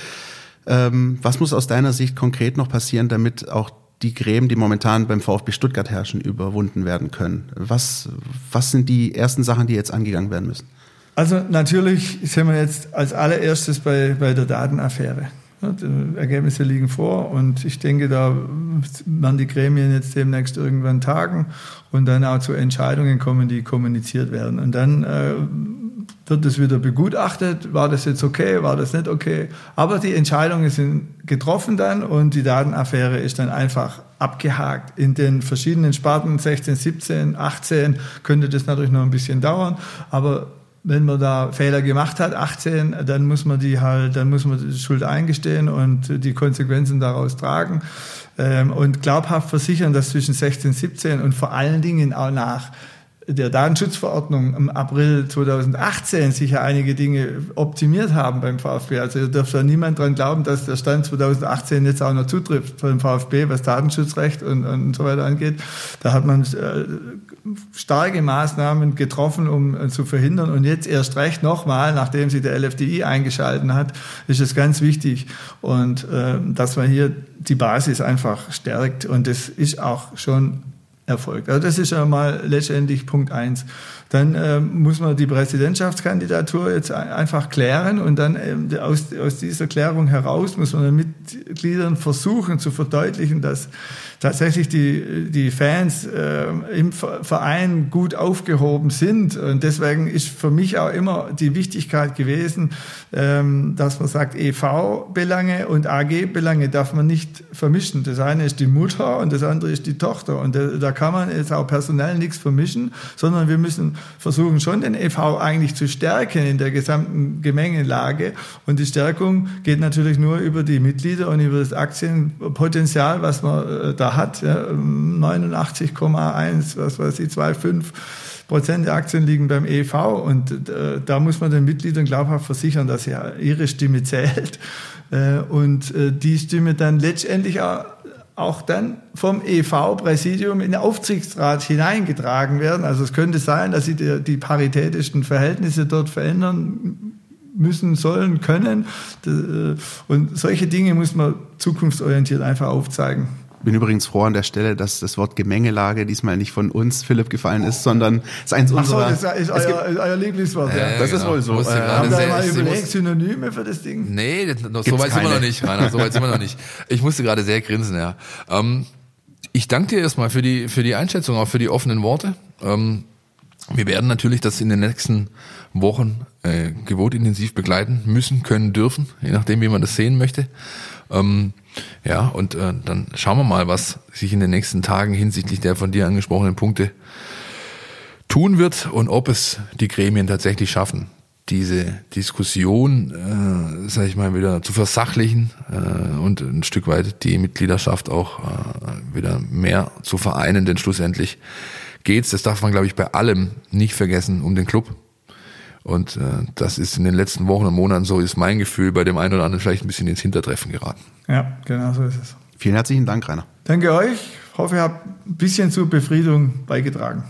Ähm, was muss aus deiner Sicht konkret noch passieren, damit auch die Gräben, die momentan beim VfB Stuttgart herrschen, überwunden werden können? Was, was sind die ersten Sachen, die jetzt angegangen werden müssen? Also natürlich sind wir jetzt als allererstes bei, bei der Datenaffäre. Die Ergebnisse liegen vor und ich denke, da werden die Gremien jetzt demnächst irgendwann tagen und dann auch zu Entscheidungen kommen, die kommuniziert werden. Und dann äh, wird es wieder begutachtet, war das jetzt okay, war das nicht okay. Aber die Entscheidungen sind getroffen dann und die Datenaffäre ist dann einfach abgehakt. In den verschiedenen Sparten sechzehn, siebzehn, achtzehn könnte das natürlich noch ein bisschen dauern, aber wenn man da Fehler gemacht hat, achtzehn, dann muss man die halt, dann muss man die Schuld eingestehen und die Konsequenzen daraus tragen ähm, und glaubhaft versichern, dass zwischen sechzehn, siebzehn und vor allen Dingen auch nach der Datenschutzverordnung im April zweitausendachtzehn sich ja einige Dinge optimiert haben beim VfB. Also da darf ja niemand dran glauben, dass der Stand zweitausendachtzehn jetzt auch noch zutrifft beim VfB, was Datenschutzrecht und, und so weiter angeht. Da hat man äh, starke Maßnahmen getroffen, um äh, zu verhindern. Und jetzt erst recht nochmal, nachdem sich der L F D I eingeschalten hat, ist es ganz wichtig. Und äh, dass man hier die Basis einfach stärkt. Und das ist auch schon erfolgt. Also das ist ja mal letztendlich Punkt eins. Dann äh, muss man die Präsidentschaftskandidatur jetzt einfach klären und dann ähm, aus, aus dieser Klärung heraus muss man den Mitgliedern versuchen zu verdeutlichen, dass tatsächlich die, die Fans äh, im Verein gut aufgehoben sind. Und deswegen ist für mich auch immer die Wichtigkeit gewesen, ähm, dass man sagt, E V-Belange und A G-Belange darf man nicht vermischen. Das eine ist die Mutter und das andere ist die Tochter. Und da, da kann man jetzt auch personell nichts vermischen, sondern wir müssen versuchen schon den E V eigentlich zu stärken in der gesamten Gemengelage. Und die Stärkung geht natürlich nur über die Mitglieder und über das Aktienpotenzial, was man äh, da hat. Ja, neunundachtzig Komma eins, was weiß ich, zwei Komma fünf Prozent der Aktien liegen beim E V. Und äh, da muss man den Mitgliedern glaubhaft versichern, dass ja ihre Stimme zählt. Äh, und äh, die Stimme dann letztendlich auch auch dann vom E V-Präsidium in den Aufsichtsrat hineingetragen werden. Also es könnte sein, dass sie die, die paritätischen Verhältnisse dort verändern müssen, sollen, können. Und solche Dinge muss man zukunftsorientiert einfach aufzeigen. Ich bin übrigens froh an der Stelle, dass das Wort Gemengelage diesmal nicht von uns, Philipp, gefallen ist, sondern es ist eins unserer... Ach so, das ist euer, gibt, euer Lieblingswort. Ja, Ja, ja, das genau. ist wohl so. Musste Äh, haben wir mal sehr, überlegt, Synonyme für das Ding? Nee, das, so Gibt's weit sind wir keine. noch nicht, Rainer, so weit sind wir noch nicht. Ich musste gerade sehr grinsen, ja. Ähm, ich danke dir erstmal für die, für die Einschätzung, auch für die offenen Worte. Ähm, wir werden natürlich das in den nächsten Wochen äh, gewohnt intensiv begleiten müssen, können, dürfen, je nachdem, wie man das sehen möchte. Ähm, ja, und äh, dann schauen wir mal, was sich in den nächsten Tagen hinsichtlich der von dir angesprochenen Punkte tun wird und ob es die Gremien tatsächlich schaffen, diese Diskussion, äh, sag ich mal, wieder zu versachlichen äh, und ein Stück weit die Mitgliedschaft auch äh, wieder mehr zu vereinen, denn schlussendlich geht's, das darf man, glaube ich, bei allem nicht vergessen, um den Club. Und äh, das ist in den letzten Wochen und Monaten, so ist mein Gefühl, bei dem einen oder anderen vielleicht ein bisschen ins Hintertreffen geraten. Ja, genau so ist es. Vielen herzlichen Dank, Rainer. Danke euch. Ich hoffe, ihr habt ein bisschen zur Befriedung beigetragen.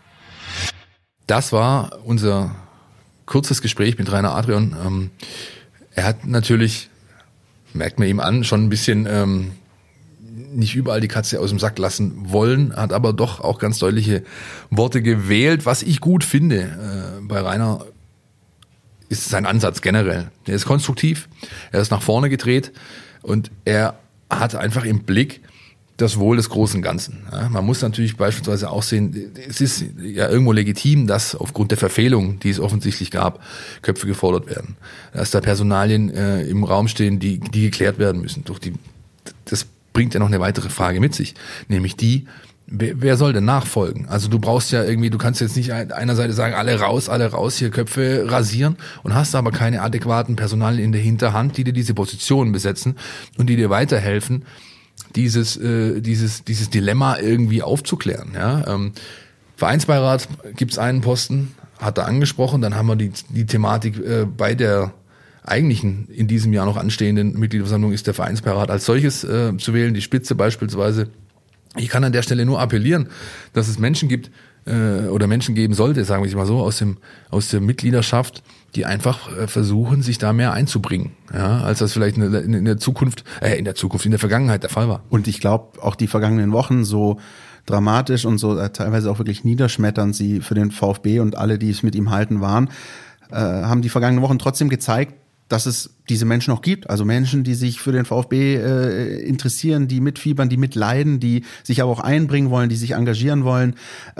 Das war unser kurzes Gespräch mit Rainer Adrian. Ähm, er hat natürlich, merkt man ihm an, schon ein bisschen ähm, nicht überall die Katze aus dem Sack lassen wollen, hat aber doch auch ganz deutliche Worte gewählt, was ich gut finde äh, bei Rainer. ist sein Ansatz generell. Er ist konstruktiv, er ist nach vorne gedreht und er hat einfach im Blick das Wohl des großen Ganzen. Ja, man muss natürlich beispielsweise auch sehen, es ist ja irgendwo legitim, dass aufgrund der Verfehlung, die es offensichtlich gab, Köpfe gefordert werden. Dass da Personalien äh, im Raum stehen, die, die geklärt werden müssen. Durch die, das bringt ja noch eine weitere Frage mit sich, nämlich die, wer, wer soll denn nachfolgen? Also du brauchst ja irgendwie, du kannst jetzt nicht einer Seite sagen, alle raus, alle raus, hier Köpfe rasieren und hast aber keine adäquaten Personalien in der Hinterhand, die dir diese Positionen besetzen und die dir weiterhelfen, dieses äh, dieses dieses Dilemma irgendwie aufzuklären. Ja, ähm, Vereinsbeirat gibt's einen Posten, hat er angesprochen. Dann haben wir die die Thematik äh, bei der eigentlichen in diesem Jahr noch anstehenden Mitgliederversammlung ist der Vereinsbeirat als solches äh, zu wählen, die Spitze beispielsweise. Ich kann an der Stelle nur appellieren, dass es Menschen gibt äh, oder Menschen geben sollte, sagen wir es mal so, aus dem aus der Mitgliedschaft, die einfach äh, versuchen, sich da mehr einzubringen, ja, als das vielleicht in der, in der Zukunft, äh, in der Zukunft, in der Vergangenheit der Fall war. Und ich glaube, auch die vergangenen Wochen, so dramatisch und so äh, teilweise auch wirklich niederschmetternd sie für den VfB und alle, die es mit ihm halten, waren, äh, haben die vergangenen Wochen trotzdem gezeigt, dass es diese Menschen auch gibt. Also Menschen, die sich für den VfB äh, interessieren, die mitfiebern, die mitleiden, die sich aber auch einbringen wollen, die sich engagieren wollen.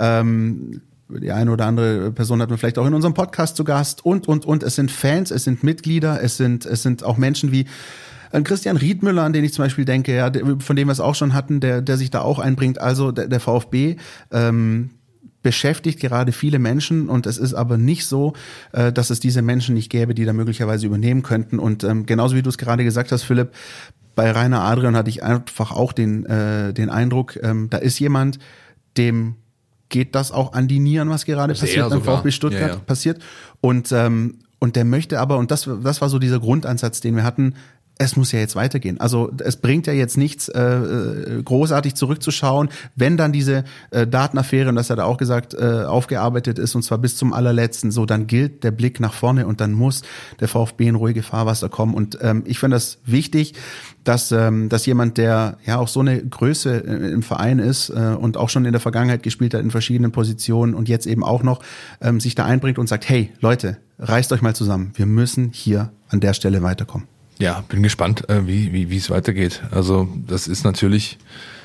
Ähm, Die eine oder andere Person hat man vielleicht auch in unserem Podcast zu Gast und, und, und. Es sind Fans, es sind Mitglieder, es sind, es sind auch Menschen wie Christian Riedmüller, an den ich zum Beispiel denke, ja, von dem wir es auch schon hatten, der, der sich da auch einbringt. Also der, der VfB ähm, beschäftigt gerade viele Menschen und es ist aber nicht so, äh, dass es diese Menschen nicht gäbe, die da möglicherweise übernehmen könnten. Und ähm, genauso wie du es gerade gesagt hast, Philipp, bei Rainer Adrian hatte ich einfach auch den, äh, den Eindruck, ähm, da ist jemand, dem geht das auch an die Nieren, was gerade Sehr passiert beim sogar. VfB Stuttgart Ja, ja. passiert. Und ähm, und der möchte aber, und das das war so dieser Grundansatz, den wir hatten, es muss ja jetzt weitergehen. Also es bringt ja jetzt nichts, äh, großartig zurückzuschauen, wenn dann diese äh, Datenaffäre, und das hat er auch gesagt, äh, aufgearbeitet ist, und zwar bis zum allerletzten, so, dann gilt der Blick nach vorne und dann muss der VfB in ruhige Fahrwasser kommen. Und ähm, ich finde das wichtig, dass ähm, dass jemand, der ja auch so eine Größe äh, im Verein ist äh, und auch schon in der Vergangenheit gespielt hat in verschiedenen Positionen und jetzt eben auch noch ähm, sich da einbringt und sagt, hey Leute, reißt euch mal zusammen, wir müssen hier an der Stelle weiterkommen. Ja, bin gespannt, äh, wie wie wie es weitergeht. Also das ist natürlich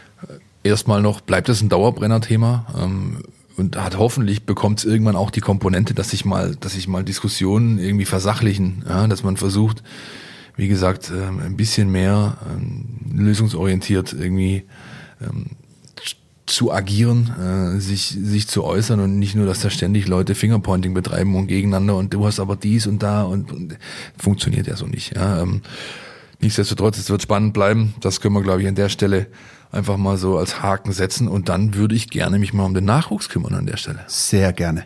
äh, erstmal noch, bleibt es ein Dauerbrenner-Thema ähm, und hat hoffentlich bekommt es irgendwann auch die Komponente, dass sich mal, dass sich mal Diskussionen irgendwie versachlichen, ja, dass man versucht, wie gesagt, ähm, ein bisschen mehr ähm, lösungsorientiert irgendwie ähm, zu agieren, äh, sich sich zu äußern und nicht nur, dass da ständig Leute Fingerpointing betreiben und gegeneinander und du hast aber dies und da und, und funktioniert ja so nicht. Ja. Ähm, nichtsdestotrotz, es wird spannend bleiben. Das können wir, glaube ich, an der Stelle einfach mal so als Haken setzen und dann würde ich gerne mich mal um den Nachwuchs kümmern an der Stelle. Sehr gerne.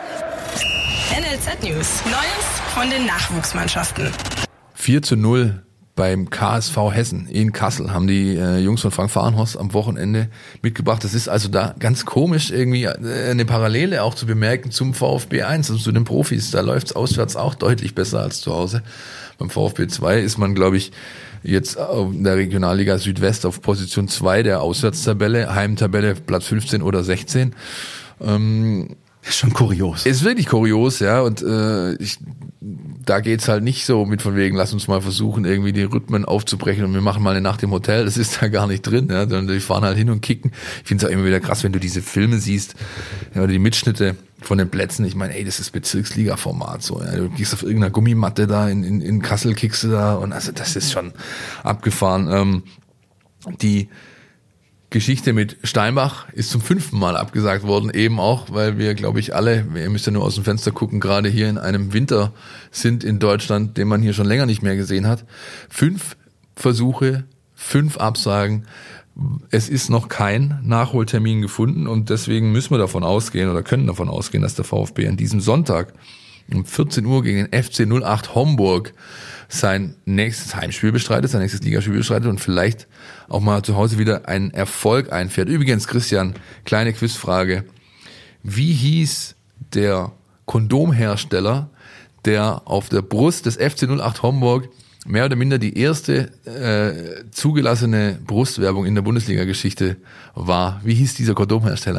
N L Z News. Neues von den Nachwuchsmannschaften. vier zu null beim K S V Hessen in Kassel haben die äh, Jungs von Frank Fahrenhorst am Wochenende mitgebracht. Das ist also da ganz komisch irgendwie äh, eine Parallele auch zu bemerken zum VfB eins, also zu den Profis. Da läuft's auswärts auch deutlich besser als zu Hause. Beim VfB zwei ist man, glaube ich, jetzt in der Regionalliga Südwest auf Position zwei der Auswärtstabelle, Heimtabelle Platz fünfzehn oder sechzehn. Ähm, Ist schon kurios. Ist wirklich kurios, ja, und äh, ich, da geht's halt nicht so mit von wegen, lass uns mal versuchen, irgendwie die Rhythmen aufzubrechen und wir machen mal eine Nacht im Hotel, das ist da gar nicht drin, ja, sondern die fahren halt hin und kicken. Ich finde es auch immer wieder krass, wenn du diese Filme siehst, ja, oder die Mitschnitte von den Plätzen, ich meine, ey, das ist Bezirksliga-Format, so, ja, du gehst auf irgendeiner Gummimatte da, in, in, in Kassel kickst du da und also das ist schon abgefahren. Ähm, die Geschichte mit Steinbach ist zum fünften Mal abgesagt worden, eben auch, weil wir, glaube ich, alle, ihr müsst ja nur aus dem Fenster gucken, gerade hier in einem Winter sind in Deutschland, den man hier schon länger nicht mehr gesehen hat. Fünf Versuche, fünf Absagen. Es ist noch kein Nachholtermin gefunden und deswegen müssen wir davon ausgehen oder können davon ausgehen, dass der VfB an diesem Sonntag um vierzehn Uhr gegen den F C null acht Homburg sein nächstes Heimspiel bestreitet, sein nächstes Ligaspiel bestreitet und vielleicht auch mal zu Hause wieder einen Erfolg einfährt. Übrigens, Christian, kleine Quizfrage. Wie hieß der Kondomhersteller, der auf der Brust des F C null acht Homburg mehr oder minder die erste äh, zugelassene Brustwerbung in der Bundesliga-Geschichte war. Wie hieß dieser Kondomhersteller?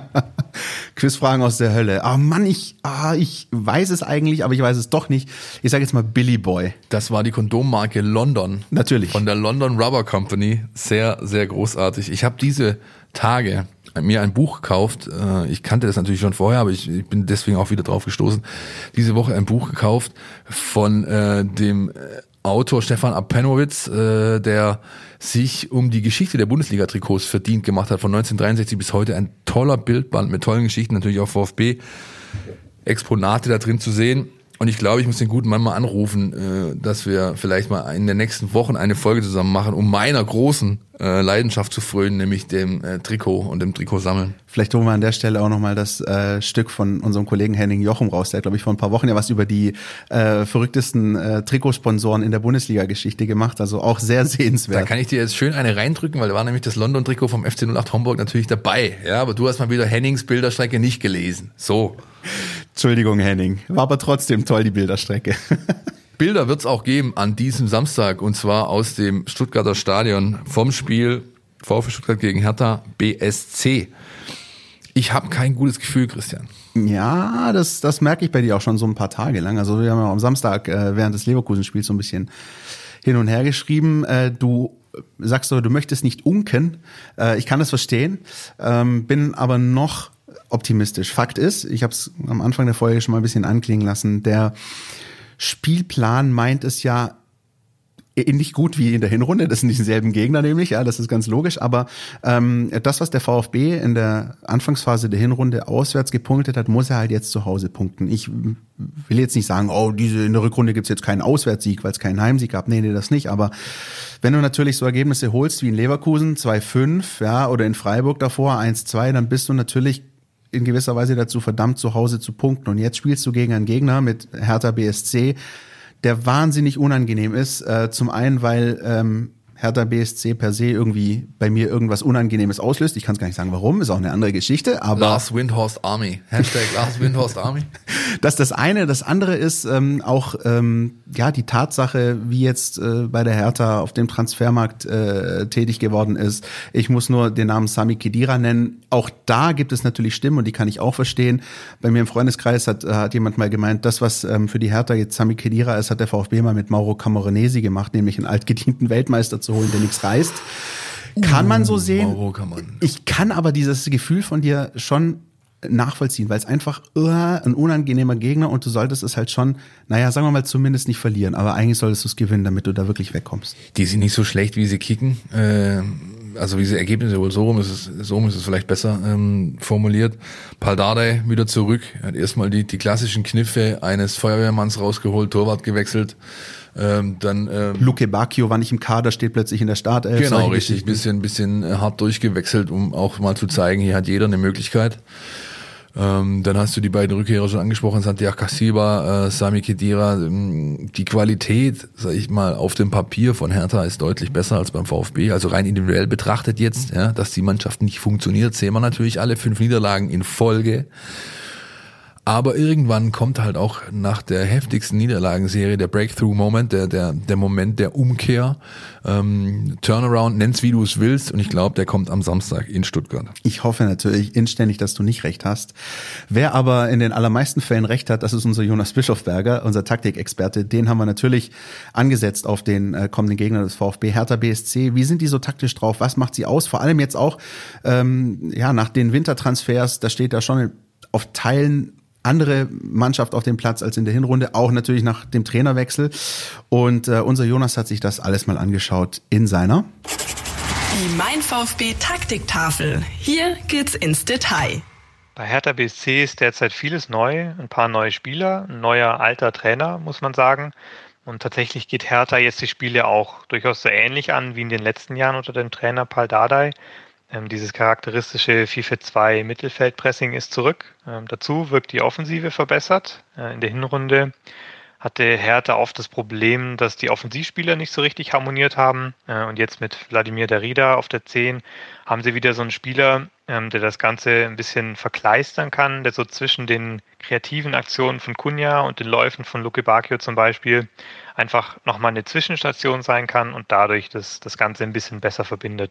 Quizfragen aus der Hölle. Ah Mann, ich, ah, ich weiß es eigentlich, aber ich weiß es doch nicht. Ich sage jetzt mal Billy Boy. Das war die Kondommarke London. Natürlich. Von der London Rubber Company. Sehr, sehr großartig. Ich habe diese Tage mir ein Buch gekauft. Ich kannte das natürlich schon vorher, aber ich, ich bin deswegen auch wieder drauf gestoßen. Diese Woche ein Buch gekauft von äh, dem Autor Stefan Apenowitz, äh, der sich um die Geschichte der Bundesliga-Trikots verdient gemacht hat, von neunzehnhundertdreiundsechzig bis heute. Ein toller Bildband mit tollen Geschichten, natürlich auch VfB-Exponate da drin zu sehen. Und ich glaube, ich muss den guten Mann mal anrufen, äh, dass wir vielleicht mal in den nächsten Wochen eine Folge zusammen machen, um meiner großen äh, Leidenschaft zu frönen, nämlich dem äh, Trikot und dem Trikot sammeln. Vielleicht holen wir an der Stelle auch nochmal das äh, Stück von unserem Kollegen Henning Jochum raus. Der hat, glaube ich, vor ein paar Wochen ja was über die äh, verrücktesten äh, Trikotsponsoren in der Bundesliga-Geschichte gemacht. Also auch sehr sehenswert. Da kann ich dir jetzt schön eine reindrücken, weil da war nämlich das London-Trikot vom F C null acht Homburg natürlich dabei. Ja, aber du hast mal wieder Hennings Bilderstrecke nicht gelesen. So. Entschuldigung, Henning. War aber trotzdem toll, die Bilderstrecke. Bilder wird's auch geben an diesem Samstag, und zwar aus dem Stuttgarter Stadion vom Spiel VfB Stuttgart gegen Hertha B S C. Ich habe kein gutes Gefühl, Christian. Ja, das, das merke ich bei dir auch schon so ein paar Tage lang. Also wir haben ja am Samstag äh, während des Leverkusen-Spiels so ein bisschen hin und her geschrieben. Äh, du sagst so, du möchtest nicht unken. Äh, ich kann das verstehen, ähm, bin aber noch optimistisch. Fakt ist, ich habe es am Anfang der Folge schon mal ein bisschen anklingen lassen, der Spielplan meint es ja ähnlich gut wie in der Hinrunde, das sind dieselben Gegner nämlich, ja, das ist ganz logisch, aber ähm, das, was der VfB in der Anfangsphase der Hinrunde auswärts gepunktet hat, muss er halt jetzt zu Hause punkten. Ich will jetzt nicht sagen, oh, diese in der Rückrunde gibt's jetzt keinen Auswärtssieg, weil es keinen Heimsieg gab, nee, nee, das nicht, aber wenn du natürlich so Ergebnisse holst wie in Leverkusen zwei fünf, ja, oder in Freiburg davor eins zwei, dann bist du natürlich in gewisser Weise dazu verdammt, zu Hause zu punkten. Und jetzt spielst du gegen einen Gegner mit Hertha B S C, der wahnsinnig unangenehm ist. Äh, zum einen, weil ähm, Hertha B S C per se irgendwie bei mir irgendwas Unangenehmes auslöst. Ich kann es gar nicht sagen, warum, ist auch eine andere Geschichte. Aber Lars Windhorst Army. Hashtag Lars Windhorst Army. Das ist das eine. Das andere ist ähm, auch ähm, ja die Tatsache, wie jetzt äh, bei der Hertha auf dem Transfermarkt äh, tätig geworden ist. Ich muss nur den Namen Sami Khedira nennen. Auch da gibt es natürlich Stimmen, und die kann ich auch verstehen. Bei mir im Freundeskreis hat, hat jemand mal gemeint, das, was ähm, für die Hertha jetzt Sami Khedira ist, hat der VfB mal mit Mauro Camoranesi gemacht, nämlich einen altgedienten Weltmeister zu holen, der nichts reißt. Kann man so sehen. Mauro kann man. Ich kann aber dieses Gefühl von dir schon nachvollziehen, weil es einfach uh, ein unangenehmer Gegner, und du solltest es halt schon, naja, sagen wir mal, zumindest nicht verlieren, aber eigentlich solltest du es gewinnen, damit du da wirklich wegkommst. Die sind nicht so schlecht, wie sie kicken. Äh, also wie sie Ergebnisse, wohl so rum ist es, so rum ist es vielleicht besser ähm, formuliert. Paldadei wieder zurück, er hat erstmal die, die klassischen Kniffe eines Feuerwehrmanns rausgeholt, Torwart gewechselt. Ähm, dann ähm, Luke Bacchio war nicht im Kader, steht plötzlich in der Startelf. Genau, richtig, bisschen, bisschen hart durchgewechselt, um auch mal zu zeigen, hier hat jeder eine Möglichkeit. Ähm, dann hast du die beiden Rückkehrer schon angesprochen, Santiago Casiba, äh, Sami Khedira. Ähm, die Qualität, sag ich mal, auf dem Papier von Hertha ist deutlich besser als beim VfB. Also rein individuell betrachtet jetzt, ja, dass die Mannschaft nicht funktioniert, sehen wir natürlich alle fünf Niederlagen in Folge. Aber irgendwann kommt halt auch nach der heftigsten Niederlagenserie der Breakthrough-Moment, der der der Moment der Umkehr, ähm, Turnaround, nenn's wie du es willst, und ich glaube, der kommt am Samstag in Stuttgart. Ich hoffe natürlich inständig, dass du nicht recht hast. Wer aber in den allermeisten Fällen recht hat, das ist unser Jonas Bischofberger, unser Taktikexperte. Den haben wir natürlich angesetzt auf den äh, kommenden Gegner des VfB, Hertha B S C. Wie sind die so taktisch drauf? Was macht sie aus? Vor allem jetzt auch ähm, ja nach den Wintertransfers, da steht da schon auf Teilen andere Mannschaft auf dem Platz als in der Hinrunde, auch natürlich nach dem Trainerwechsel. Und äh, unser Jonas hat sich das alles mal angeschaut in seiner Die Mein VfB Taktiktafel. Hier geht's ins Detail. Bei Hertha B S C ist derzeit vieles neu, ein paar neue Spieler, ein neuer alter Trainer, muss man sagen. Und tatsächlich geht Hertha jetzt die Spiele auch durchaus so ähnlich an wie in den letzten Jahren unter dem Trainer Paldadei. Ähm, dieses charakteristische vier vier zwei Mittelfeldpressing ist zurück. Ähm, dazu wirkt die Offensive verbessert. Äh, in der Hinrunde hatte Hertha oft das Problem, dass die Offensivspieler nicht so richtig harmoniert haben. Und jetzt mit Wladimir Darida auf der zehn haben sie wieder so einen Spieler, der das Ganze ein bisschen verkleistern kann, der so zwischen den kreativen Aktionen von Cunha und den Läufen von Luke Bacchio zum Beispiel einfach nochmal eine Zwischenstation sein kann und dadurch das, das Ganze ein bisschen besser verbindet.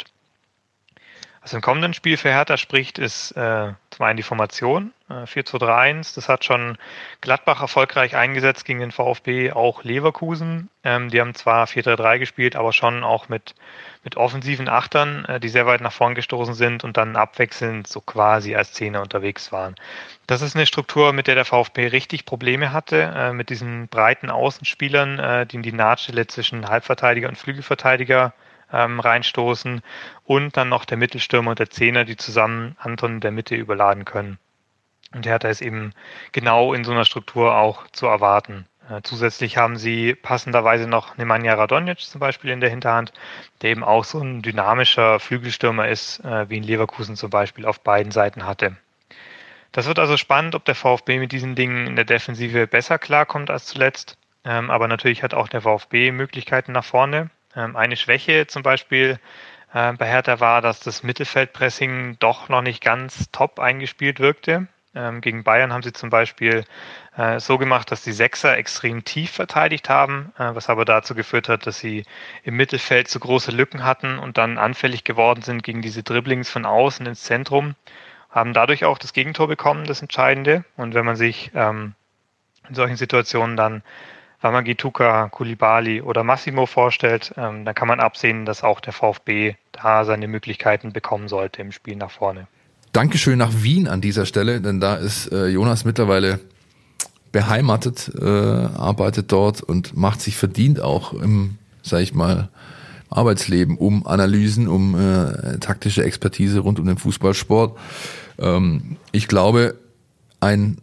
Was im kommenden Spiel für Hertha spricht, ist äh, zum einen die Formation, äh, vier zwei drei eins. Das hat schon Gladbach erfolgreich eingesetzt gegen den VfB, auch Leverkusen. Ähm, die haben zwar vier drei drei gespielt, aber schon auch mit, mit offensiven Achtern, äh, die sehr weit nach vorn gestoßen sind und dann abwechselnd so quasi als Zehner unterwegs waren. Das ist eine Struktur, mit der der VfB richtig Probleme hatte, äh, mit diesen breiten Außenspielern, äh, die in die Nahtstelle zwischen Halbverteidiger und Flügelverteidiger Ähm, reinstoßen und dann noch der Mittelstürmer und der Zehner, die zusammen Anton in der Mitte überladen können. Und Hertha ist eben genau in so einer Struktur auch zu erwarten. Äh, zusätzlich haben sie passenderweise noch Nemanja Radonjic zum Beispiel in der Hinterhand, der eben auch so ein dynamischer Flügelstürmer ist, äh, wie in Leverkusen zum Beispiel auf beiden Seiten hatte. Das wird also spannend, ob der VfB mit diesen Dingen in der Defensive besser klarkommt als zuletzt. Ähm, aber natürlich hat auch der VfB Möglichkeiten nach vorne. Eine Schwäche zum Beispiel äh, bei Hertha war, dass das Mittelfeldpressing doch noch nicht ganz top eingespielt wirkte. Ähm, gegen Bayern haben sie zum Beispiel äh, so gemacht, dass die Sechser extrem tief verteidigt haben, äh, was aber dazu geführt hat, dass sie im Mittelfeld zu große Lücken hatten und dann anfällig geworden sind gegen diese Dribblings von außen ins Zentrum, haben dadurch auch das Gegentor bekommen, das Entscheidende. Und wenn man sich ähm, in solchen Situationen dann Wamangituka, Koulibaly oder Massimo vorstellt, ähm, dann kann man absehen, dass auch der VfB da seine Möglichkeiten bekommen sollte im Spiel nach vorne. Dankeschön nach Wien an dieser Stelle, denn da ist äh, Jonas mittlerweile beheimatet, äh, arbeitet dort und macht sich verdient auch im, sag ich mal, Arbeitsleben um Analysen, um äh, taktische Expertise rund um den Fußballsport. Ähm, ich glaube, ein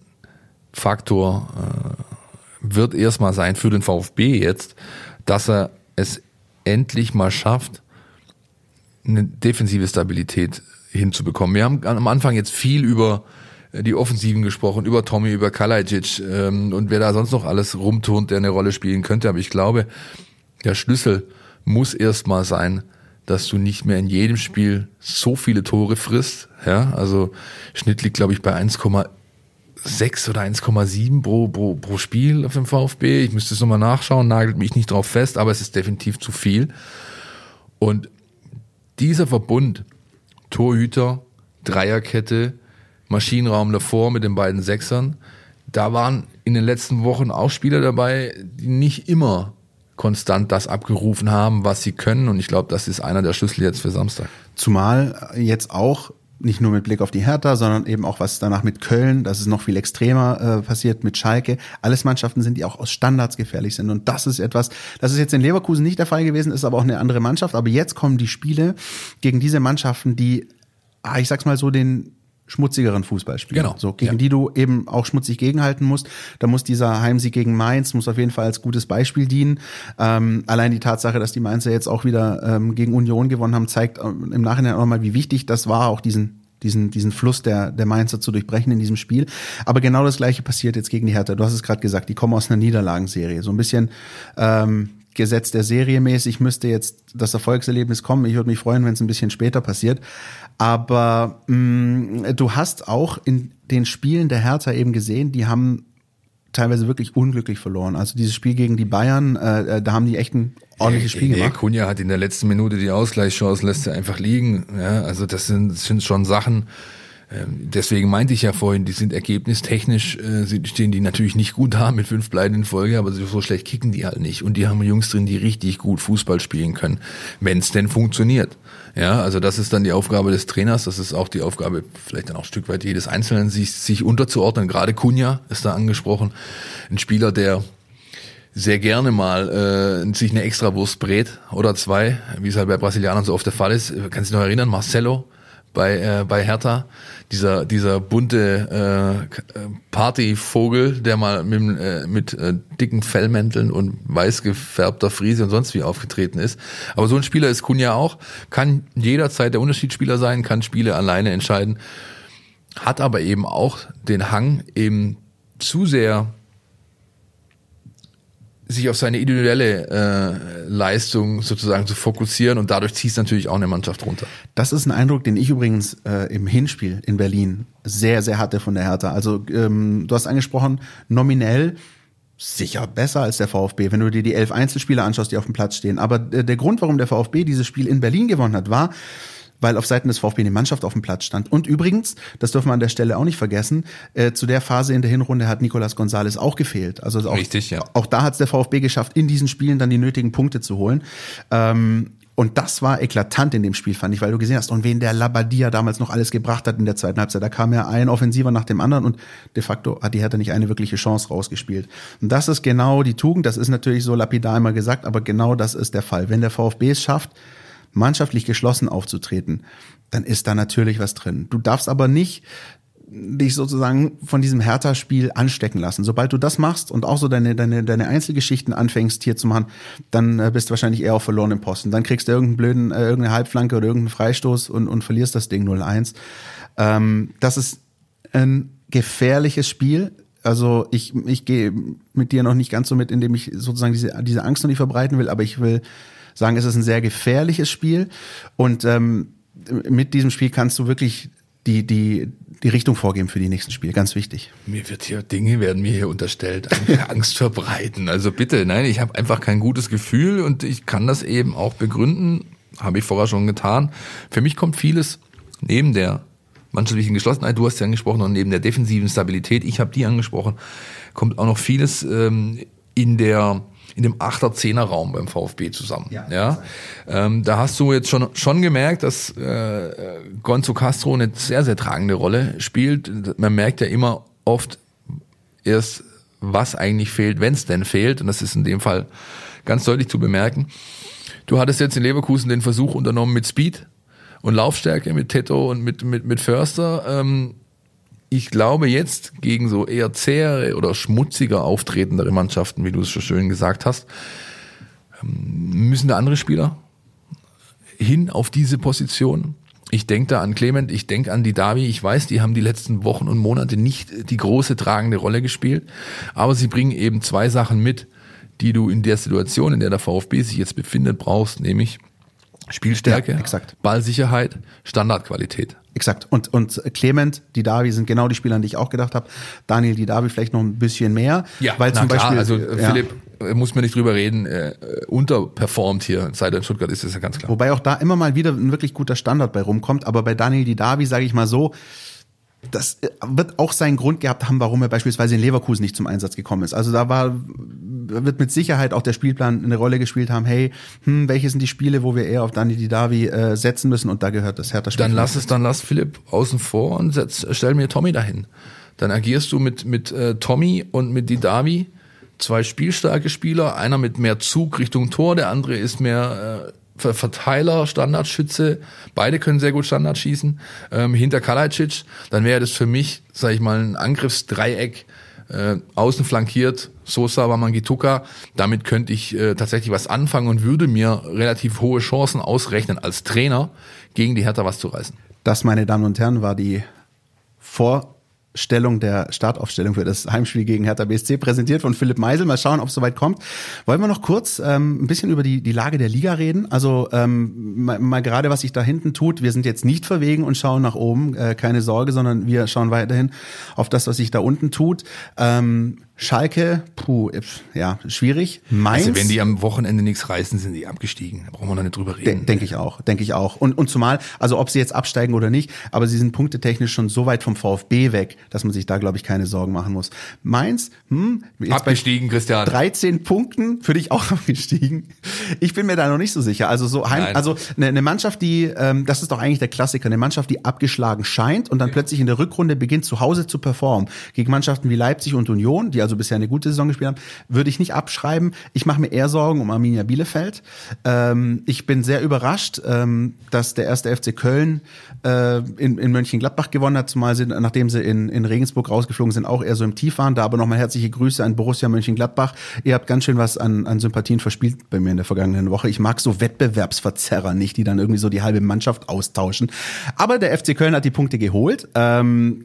Faktor äh, wird erstmal sein für den VfB jetzt, dass er es endlich mal schafft, eine defensive Stabilität hinzubekommen. Wir haben am Anfang jetzt viel über die Offensiven gesprochen, über Tommy, über Kalajic ähm, und wer da sonst noch alles rumturnt, der eine Rolle spielen könnte. Aber ich glaube, der Schlüssel muss erstmal sein, dass du nicht mehr in jedem Spiel so viele Tore frisst. Ja, also Schnitt liegt, glaube ich, bei eins Komma sechs oder eins Komma sieben pro, pro, pro Spiel auf dem VfB. Ich müsste es nochmal nachschauen, nagelt mich nicht drauf fest, aber es ist definitiv zu viel. Und dieser Verbund, Torhüter, Dreierkette, Maschinenraum davor mit den beiden Sechsern, da waren in den letzten Wochen auch Spieler dabei, die nicht immer konstant das abgerufen haben, was sie können. Und ich glaube, das ist einer der Schlüssel jetzt für Samstag. Zumal jetzt auch nicht nur mit Blick auf die Hertha, sondern eben auch was danach mit Köln, das ist noch viel extremer äh, passiert mit Schalke. Alles Mannschaften sind, die auch aus Standards gefährlich sind. Und das ist etwas, das ist jetzt in Leverkusen nicht der Fall gewesen, ist aber auch eine andere Mannschaft. Aber jetzt kommen die Spiele gegen diese Mannschaften, die, ah, ich sag's mal so, den schmutzigeren Fußball spielen. Genau. So, gegen ja. die du eben auch schmutzig gegenhalten musst. Da muss dieser Heimsieg gegen Mainz, muss auf jeden Fall als gutes Beispiel dienen. Ähm, allein die Tatsache, dass die Mainzer jetzt auch wieder ähm, gegen Union gewonnen haben, zeigt ähm, im Nachhinein auch nochmal, wie wichtig das war, auch diesen diesen diesen Fluss der der Mainzer zu durchbrechen in diesem Spiel. Aber genau das Gleiche passiert jetzt gegen die Hertha. Du hast es gerade gesagt, die kommen aus einer Niederlagenserie. So ein bisschen ähm, Gesetz der Serie mäßig müsste jetzt das Erfolgserlebnis kommen. Ich würde mich freuen, wenn es ein bisschen später passiert. Aber mh, du hast auch in den Spielen der Hertha eben gesehen, die haben teilweise wirklich unglücklich verloren. Also dieses Spiel gegen die Bayern, äh, da haben die echt ein ordentliches Spiel nee, gemacht. Cunha hat in der letzten Minute die Ausgleichschance, lässt er einfach liegen. Ja, also das sind, das sind schon Sachen, ähm, deswegen meinte ich ja vorhin, die sind ergebnistechnisch, äh, stehen die natürlich nicht gut da mit fünf Pleiten in Folge, aber so schlecht kicken die halt nicht. Und die haben Jungs drin, die richtig gut Fußball spielen können, wenn es denn funktioniert. Ja, also das ist dann die Aufgabe des Trainers, das ist auch die Aufgabe vielleicht dann auch ein Stück weit jedes Einzelnen, sich, sich unterzuordnen. Gerade Cunha ist da angesprochen, ein Spieler, der sehr gerne mal äh, sich eine Extrawurst brät oder zwei, wie es halt bei Brasilianern so oft der Fall ist. Kannst du dich noch erinnern, Marcelo bei äh, bei Hertha, dieser dieser bunte äh, Partyvogel, der mal mit, äh, mit äh, dicken Fellmänteln und weiß gefärbter Frise und sonst wie aufgetreten ist. Aber so ein Spieler ist Cunha auch, kann jederzeit der Unterschiedsspieler sein, kann Spiele alleine entscheiden, hat aber eben auch den Hang, eben zu sehr sich auf seine individuelle äh, Leistung sozusagen zu fokussieren und dadurch zieht es natürlich auch eine Mannschaft runter. Das ist ein Eindruck, den ich übrigens äh, im Hinspiel in Berlin sehr, sehr hatte von der Hertha. Also ähm, du hast angesprochen, nominell sicher besser als der VfB, wenn du dir die elf Einzelspieler anschaust, die auf dem Platz stehen. Aber äh, der Grund, warum der VfB dieses Spiel in Berlin gewonnen hat, war, weil auf Seiten des VfB eine Mannschaft auf dem Platz stand. Und übrigens, das dürfen wir an der Stelle auch nicht vergessen, äh, zu der Phase in der Hinrunde hat Nicolas Gonzalez auch gefehlt. Also auch, Richtig, ja. Auch da hat es der VfB geschafft, in diesen Spielen dann die nötigen Punkte zu holen. Ähm, und das war eklatant in dem Spiel, fand ich, weil du gesehen hast, und wen der Labadia damals noch alles gebracht hat in der zweiten Halbzeit. Da kam ja ein Offensiver nach dem anderen und de facto hat die Hertha nicht eine wirkliche Chance rausgespielt. Und das ist genau die Tugend, das ist natürlich so lapidar immer gesagt, aber genau das ist der Fall. Wenn der VfB es schafft, mannschaftlich geschlossen aufzutreten, dann ist da natürlich was drin. Du darfst aber nicht dich sozusagen von diesem Hertha-Spiel anstecken lassen. Sobald du das machst und auch so deine, deine, deine Einzelgeschichten anfängst hier zu machen, dann äh, bist du wahrscheinlich eher auf verlorenen Posten. Dann kriegst du irgendeinen blöden, äh, irgendeine Halbflanke oder irgendeinen Freistoß und, und verlierst das Ding null eins. Ähm, das ist ein gefährliches Spiel. Also ich, ich gehe mit dir noch nicht ganz so mit, indem ich sozusagen diese, diese Angst noch nicht verbreiten will, aber ich will sagen, es ist ein sehr gefährliches Spiel und ähm, mit diesem Spiel kannst du wirklich die die die Richtung vorgeben für die nächsten Spiele. Ganz wichtig. Mir wird hier Dinge werden mir hier unterstellt, Angst verbreiten. Also bitte, nein, ich habe einfach kein gutes Gefühl und ich kann das eben auch begründen. Habe ich vorher schon getan. Für mich kommt vieles neben der mannschaftlichen Geschlossenheit. Du hast ja angesprochen und neben der defensiven Stabilität. Ich habe die angesprochen. Kommt auch noch vieles ähm, in der in dem Achter-Zehner-Raum beim VfB zusammen. Ja. ja? Ähm, da hast du jetzt schon schon gemerkt, dass äh, Gonzo Castro eine sehr, sehr tragende Rolle spielt. Man merkt ja immer oft erst, was eigentlich fehlt, wenn es denn fehlt. Und das ist in dem Fall ganz deutlich zu bemerken. Du hattest jetzt in Leverkusen den Versuch unternommen mit Speed und Laufstärke, mit Teto und mit, mit, mit Förster. Ähm, Ich glaube jetzt gegen so eher zähere oder schmutziger auftretendere Mannschaften, wie du es schon schön gesagt hast, müssen da andere Spieler hin auf diese Position. Ich denke da an Clement, ich denke an die Davi. Ich weiß, die haben die letzten Wochen und Monate nicht die große tragende Rolle gespielt, aber sie bringen eben zwei Sachen mit, die du in der Situation, in der der VfB sich jetzt befindet, brauchst, nämlich Spielstärke, ja, exakt. Ballsicherheit, Standardqualität. Exakt. Und, und Clement, Didavi sind genau die Spieler, an die ich auch gedacht habe. Daniel Didavi vielleicht noch ein bisschen mehr. Ja, weil zum na klar, Beispiel, also ja. Philipp, muss man nicht drüber reden, äh, unterperformt hier, seit er in Stuttgart ist, ist ja ganz klar. Wobei auch da immer mal wieder ein wirklich guter Standard bei rumkommt. Aber bei Daniel Didavi, sage ich mal so, das wird auch seinen Grund gehabt haben, warum er beispielsweise in Leverkusen nicht zum Einsatz gekommen ist. Also da war, wird mit Sicherheit auch der Spielplan eine Rolle gespielt haben. Hey, hm, welche sind die Spiele, wo wir eher auf Dani Didavi äh, setzen müssen? Und da gehört das Hertha-Spiel. Dann lass es, dann lass Philipp außen vor und setz, stell mir Tommy dahin. Dann agierst du mit mit äh, Tommy und mit Didavi, zwei spielstarke Spieler, einer mit mehr Zug Richtung Tor, der andere ist mehr äh, Verteiler, Standardschütze, beide können sehr gut Standard schießen, ähm, hinter Kalajdzic, dann wäre das für mich, sage ich mal, ein Angriffsdreieck, äh, außen flankiert, Sosa, Wamangituka, damit könnte ich äh, tatsächlich was anfangen und würde mir relativ hohe Chancen ausrechnen, als Trainer gegen die Hertha was zu reißen. Das, meine Damen und Herren, war die Vor- Stellung der Startaufstellung für das Heimspiel gegen Hertha B S C, präsentiert von Philipp Meisel. Mal schauen, ob es soweit kommt. Wollen wir noch kurz ähm, ein bisschen über die die Lage der Liga reden? Also ähm, mal, mal gerade, was sich da hinten tut. Wir sind jetzt nicht verwegen und schauen nach oben, äh, keine Sorge, sondern wir schauen weiterhin auf das, was sich da unten tut. Ähm, Schalke, puh, ja, schwierig. Mainz, also wenn die am Wochenende nichts reißen, sind die abgestiegen. Da brauchen wir noch nicht drüber reden. Denke denk ich auch, denke ich auch. Und, und zumal, also ob sie jetzt absteigen oder nicht, aber sie sind punktetechnisch schon so weit vom VfB weg, dass man sich da, glaube ich, keine Sorgen machen muss. Mainz, hm, jetzt abgestiegen, Christian. dreizehn Punkten, für dich auch abgestiegen. Ich bin mir da noch nicht so sicher. Also so Heim, Nein. also eine, eine Mannschaft, die, ähm, das ist doch eigentlich der Klassiker, eine Mannschaft, die abgeschlagen scheint und dann ja. plötzlich in der Rückrunde beginnt, zu Hause zu performen. Gegen Mannschaften wie Leipzig und Union, die also bisher eine gute Saison gespielt haben, würde ich nicht abschreiben. Ich mache mir eher Sorgen um Arminia Bielefeld. Ähm, ich bin sehr überrascht, ähm, dass der erste F C Köln äh, in, in Mönchengladbach gewonnen hat, zumal sie, nachdem sie in, in Regensburg rausgeflogen sind, auch eher so im Tief waren. Da aber nochmal herzliche Grüße an Borussia Mönchengladbach. Ihr habt ganz schön was an, an Sympathien verspielt bei mir in der vergangenen Woche. Ich mag so Wettbewerbsverzerrer nicht, die dann irgendwie so die halbe Mannschaft austauschen. Aber der F C Köln hat die Punkte geholt. Ähm,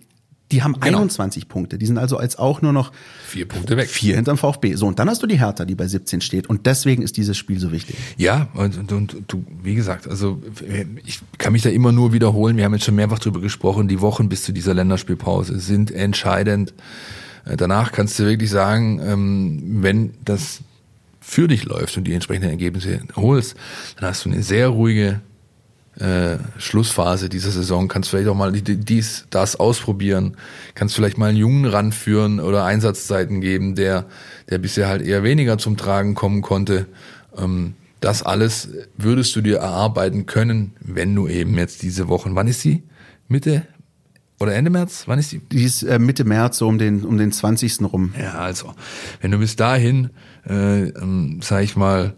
Die haben Genau. einundzwanzig Punkte. Die sind also jetzt auch nur noch Vier Punkte weg. vier hinterm VfB. So, und dann hast du die Hertha, die bei siebzehn steht. Und deswegen ist dieses Spiel so wichtig. Ja, und, und, und du, wie gesagt, also ich kann mich da immer nur wiederholen. Wir haben jetzt schon mehrfach drüber gesprochen. Die Wochen bis zu dieser Länderspielpause sind entscheidend. Danach kannst du wirklich sagen, wenn das für dich läuft und die entsprechenden Ergebnisse holst, dann hast du eine sehr ruhige Äh, Schlussphase dieser Saison, kannst vielleicht auch mal dies, das ausprobieren, kannst vielleicht mal einen Jungen ranführen oder Einsatzzeiten geben, der, der bisher halt eher weniger zum Tragen kommen konnte. Ähm, das alles würdest du dir erarbeiten können, wenn du eben jetzt diese Wochen, wann ist sie? Mitte oder Ende März? Wann ist die? Die ist äh, Mitte März, so um den, um den zwanzigsten rum. Ja, also, wenn du bis dahin, äh, ähm, sag ich mal,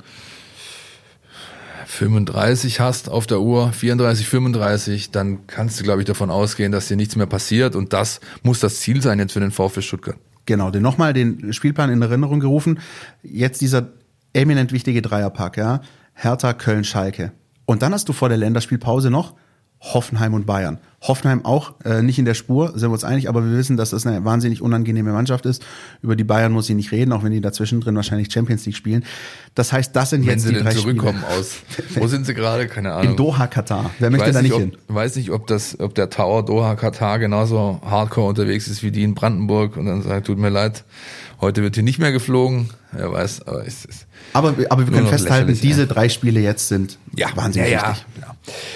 fünfunddreißig hast auf der Uhr, vierunddreißig, fünfunddreißig, dann kannst du, glaube ich, davon ausgehen, dass dir nichts mehr passiert und das muss das Ziel sein jetzt für den VfB Stuttgart. Genau, denn nochmal den Spielplan in Erinnerung gerufen. Jetzt dieser eminent wichtige Dreierpack, ja. Hertha, Köln, Schalke. Und dann hast du vor der Länderspielpause noch Hoffenheim und Bayern. Hoffenheim auch äh, nicht in der Spur, sind wir uns einig, aber wir wissen, dass das eine wahnsinnig unangenehme Mannschaft ist. Über die Bayern muss ich nicht reden, auch wenn die dazwischen drin wahrscheinlich Champions League spielen. Das heißt, das sind Wenn jetzt sie die denn drei zurückkommen Spiele. aus, wo sind sie gerade? Keine Ahnung. In Doha, Katar. Wer Ich möchte weiß da nicht ob, hin? weiß nicht, ob das, ob der Tower Doha Katar genauso hardcore unterwegs ist wie die in Brandenburg und dann sagt, tut mir leid, heute wird hier nicht mehr geflogen. Wer weiß, aber es ist. Aber, aber wir können noch festhalten, lächerlich, diese ja. drei Spiele jetzt sind Ja, wahnsinnig ja, wichtig. Ja, ja.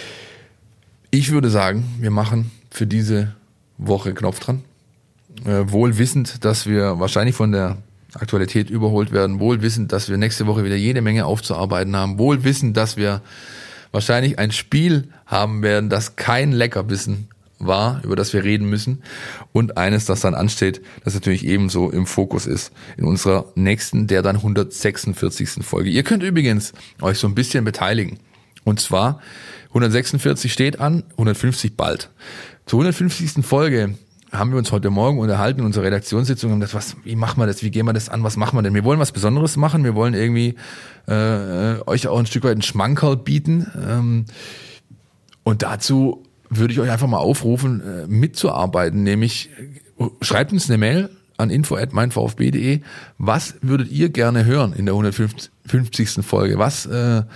Ich würde sagen, wir machen für diese Woche Knopf dran. Äh, wohl wissend, dass wir wahrscheinlich von der Aktualität überholt werden. Wohl wissend, dass wir nächste Woche wieder jede Menge aufzuarbeiten haben. Wohl wissend, dass wir wahrscheinlich ein Spiel haben werden, das kein Leckerbissen war, über das wir reden müssen. Und eines, das dann ansteht, das natürlich ebenso im Fokus ist in unserer nächsten, der dann hundertsechsundvierzigsten Folge. Ihr könnt übrigens euch so ein bisschen beteiligen. Und zwar hundertsechsundvierzig steht an, hundertfünfzig bald. Zur hundertfünfzigsten Folge haben wir uns heute Morgen unterhalten in unserer Redaktionssitzung und das, was, wie machen wir das, wie gehen wir das an, was machen wir denn? Wir wollen was Besonderes machen, wir wollen irgendwie äh, euch auch ein Stück weit einen Schmankerl bieten ähm, und dazu würde ich euch einfach mal aufrufen, äh, mitzuarbeiten, nämlich äh, schreibt uns eine Mail an info at mein v f b punkt de. Was würdet ihr gerne hören in der hundertfünfzigsten Folge? Was äh,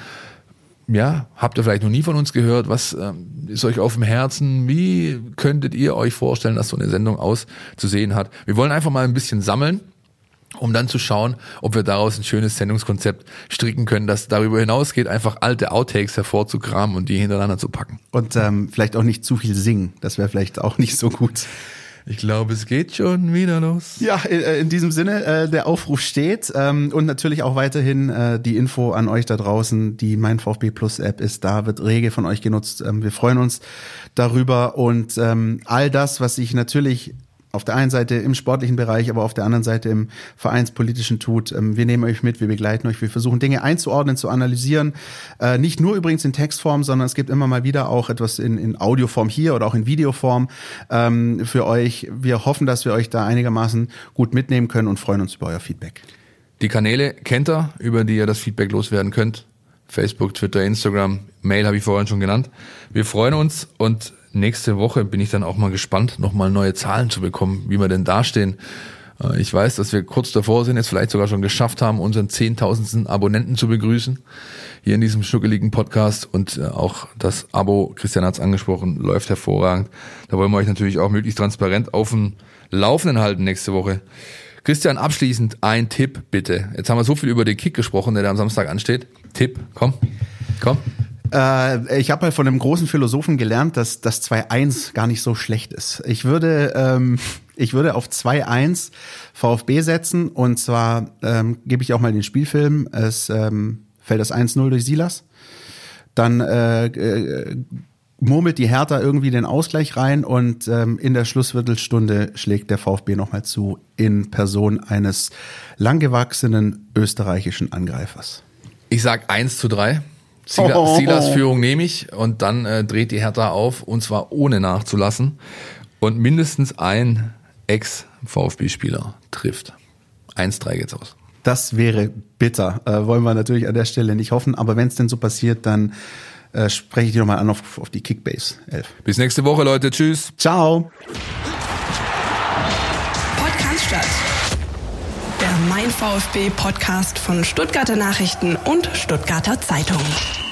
ja, habt ihr vielleicht noch nie von uns gehört? Was ähm, ist euch auf dem Herzen? Wie könntet ihr euch vorstellen, dass so eine Sendung auszusehen hat? Wir wollen einfach mal ein bisschen sammeln, um dann zu schauen, ob wir daraus ein schönes Sendungskonzept stricken können, das darüber hinausgeht, einfach alte Outtakes hervorzukramen und die hintereinander zu packen. Und ähm, vielleicht auch nicht zu viel singen. Das wäre vielleicht auch nicht so gut. Ich glaube, es geht schon wieder los. Ja, in diesem Sinne, äh, der Aufruf steht ähm, und natürlich auch weiterhin äh, die Info an euch da draußen. Die Mein VfB Plus App ist da, wird rege von euch genutzt. Ähm, wir freuen uns darüber und ähm, all das, was sich natürlich auf der einen Seite im sportlichen Bereich, aber auf der anderen Seite im vereinspolitischen tut. Wir nehmen euch mit, wir begleiten euch, wir versuchen Dinge einzuordnen, zu analysieren. Nicht nur übrigens in Textform, sondern es gibt immer mal wieder auch etwas in, in Audioform hier oder auch in Videoform ähm, für euch. Wir hoffen, dass wir euch da einigermaßen gut mitnehmen können und freuen uns über euer Feedback. Die Kanäle kennt ihr, über die ihr das Feedback loswerden könnt. Facebook, Twitter, Instagram, Mail habe ich vorhin schon genannt. Wir freuen uns und nächste Woche bin ich dann auch mal gespannt, nochmal neue Zahlen zu bekommen, wie wir denn dastehen. Ich weiß, dass wir kurz davor sind, jetzt vielleicht sogar schon geschafft haben, unseren zehntausendsten Abonnenten zu begrüßen, hier in diesem schnuckeligen Podcast und auch das Abo, Christian hat es angesprochen, läuft hervorragend. Da wollen wir euch natürlich auch möglichst transparent auf dem Laufenden halten nächste Woche. Christian, abschließend ein Tipp bitte. Jetzt haben wir so viel über den Kick gesprochen, der da am Samstag ansteht. Tipp, komm, komm. Äh, ich habe mal von einem großen Philosophen gelernt, dass das zwei eins gar nicht so schlecht ist. Ich würde, ähm, ich würde auf zwei eins VfB setzen und zwar ähm, gebe ich auch mal den Spielfilm. Es ähm, fällt das eins null durch Silas. Dann äh, äh, murmelt die Hertha irgendwie den Ausgleich rein und ähm, in der Schlussviertelstunde schlägt der VfB nochmal zu in Person eines langgewachsenen österreichischen Angreifers. Ich sag eins zu drei. Silas, oh, oh, oh. Silas Führung nehme ich und dann äh, dreht die Hertha auf und zwar ohne nachzulassen und mindestens ein Ex-VfB-Spieler trifft. eins drei geht's aus. Das wäre bitter, äh, wollen wir natürlich an der Stelle nicht hoffen, aber wenn es denn so passiert, dann äh, spreche ich dich nochmal an auf, auf die Kickbase elf. Bis nächste Woche, Leute. Tschüss. Ciao. Cannstatt. Der Mein VfB Podcast von Stuttgarter Nachrichten und Stuttgarter Zeitung.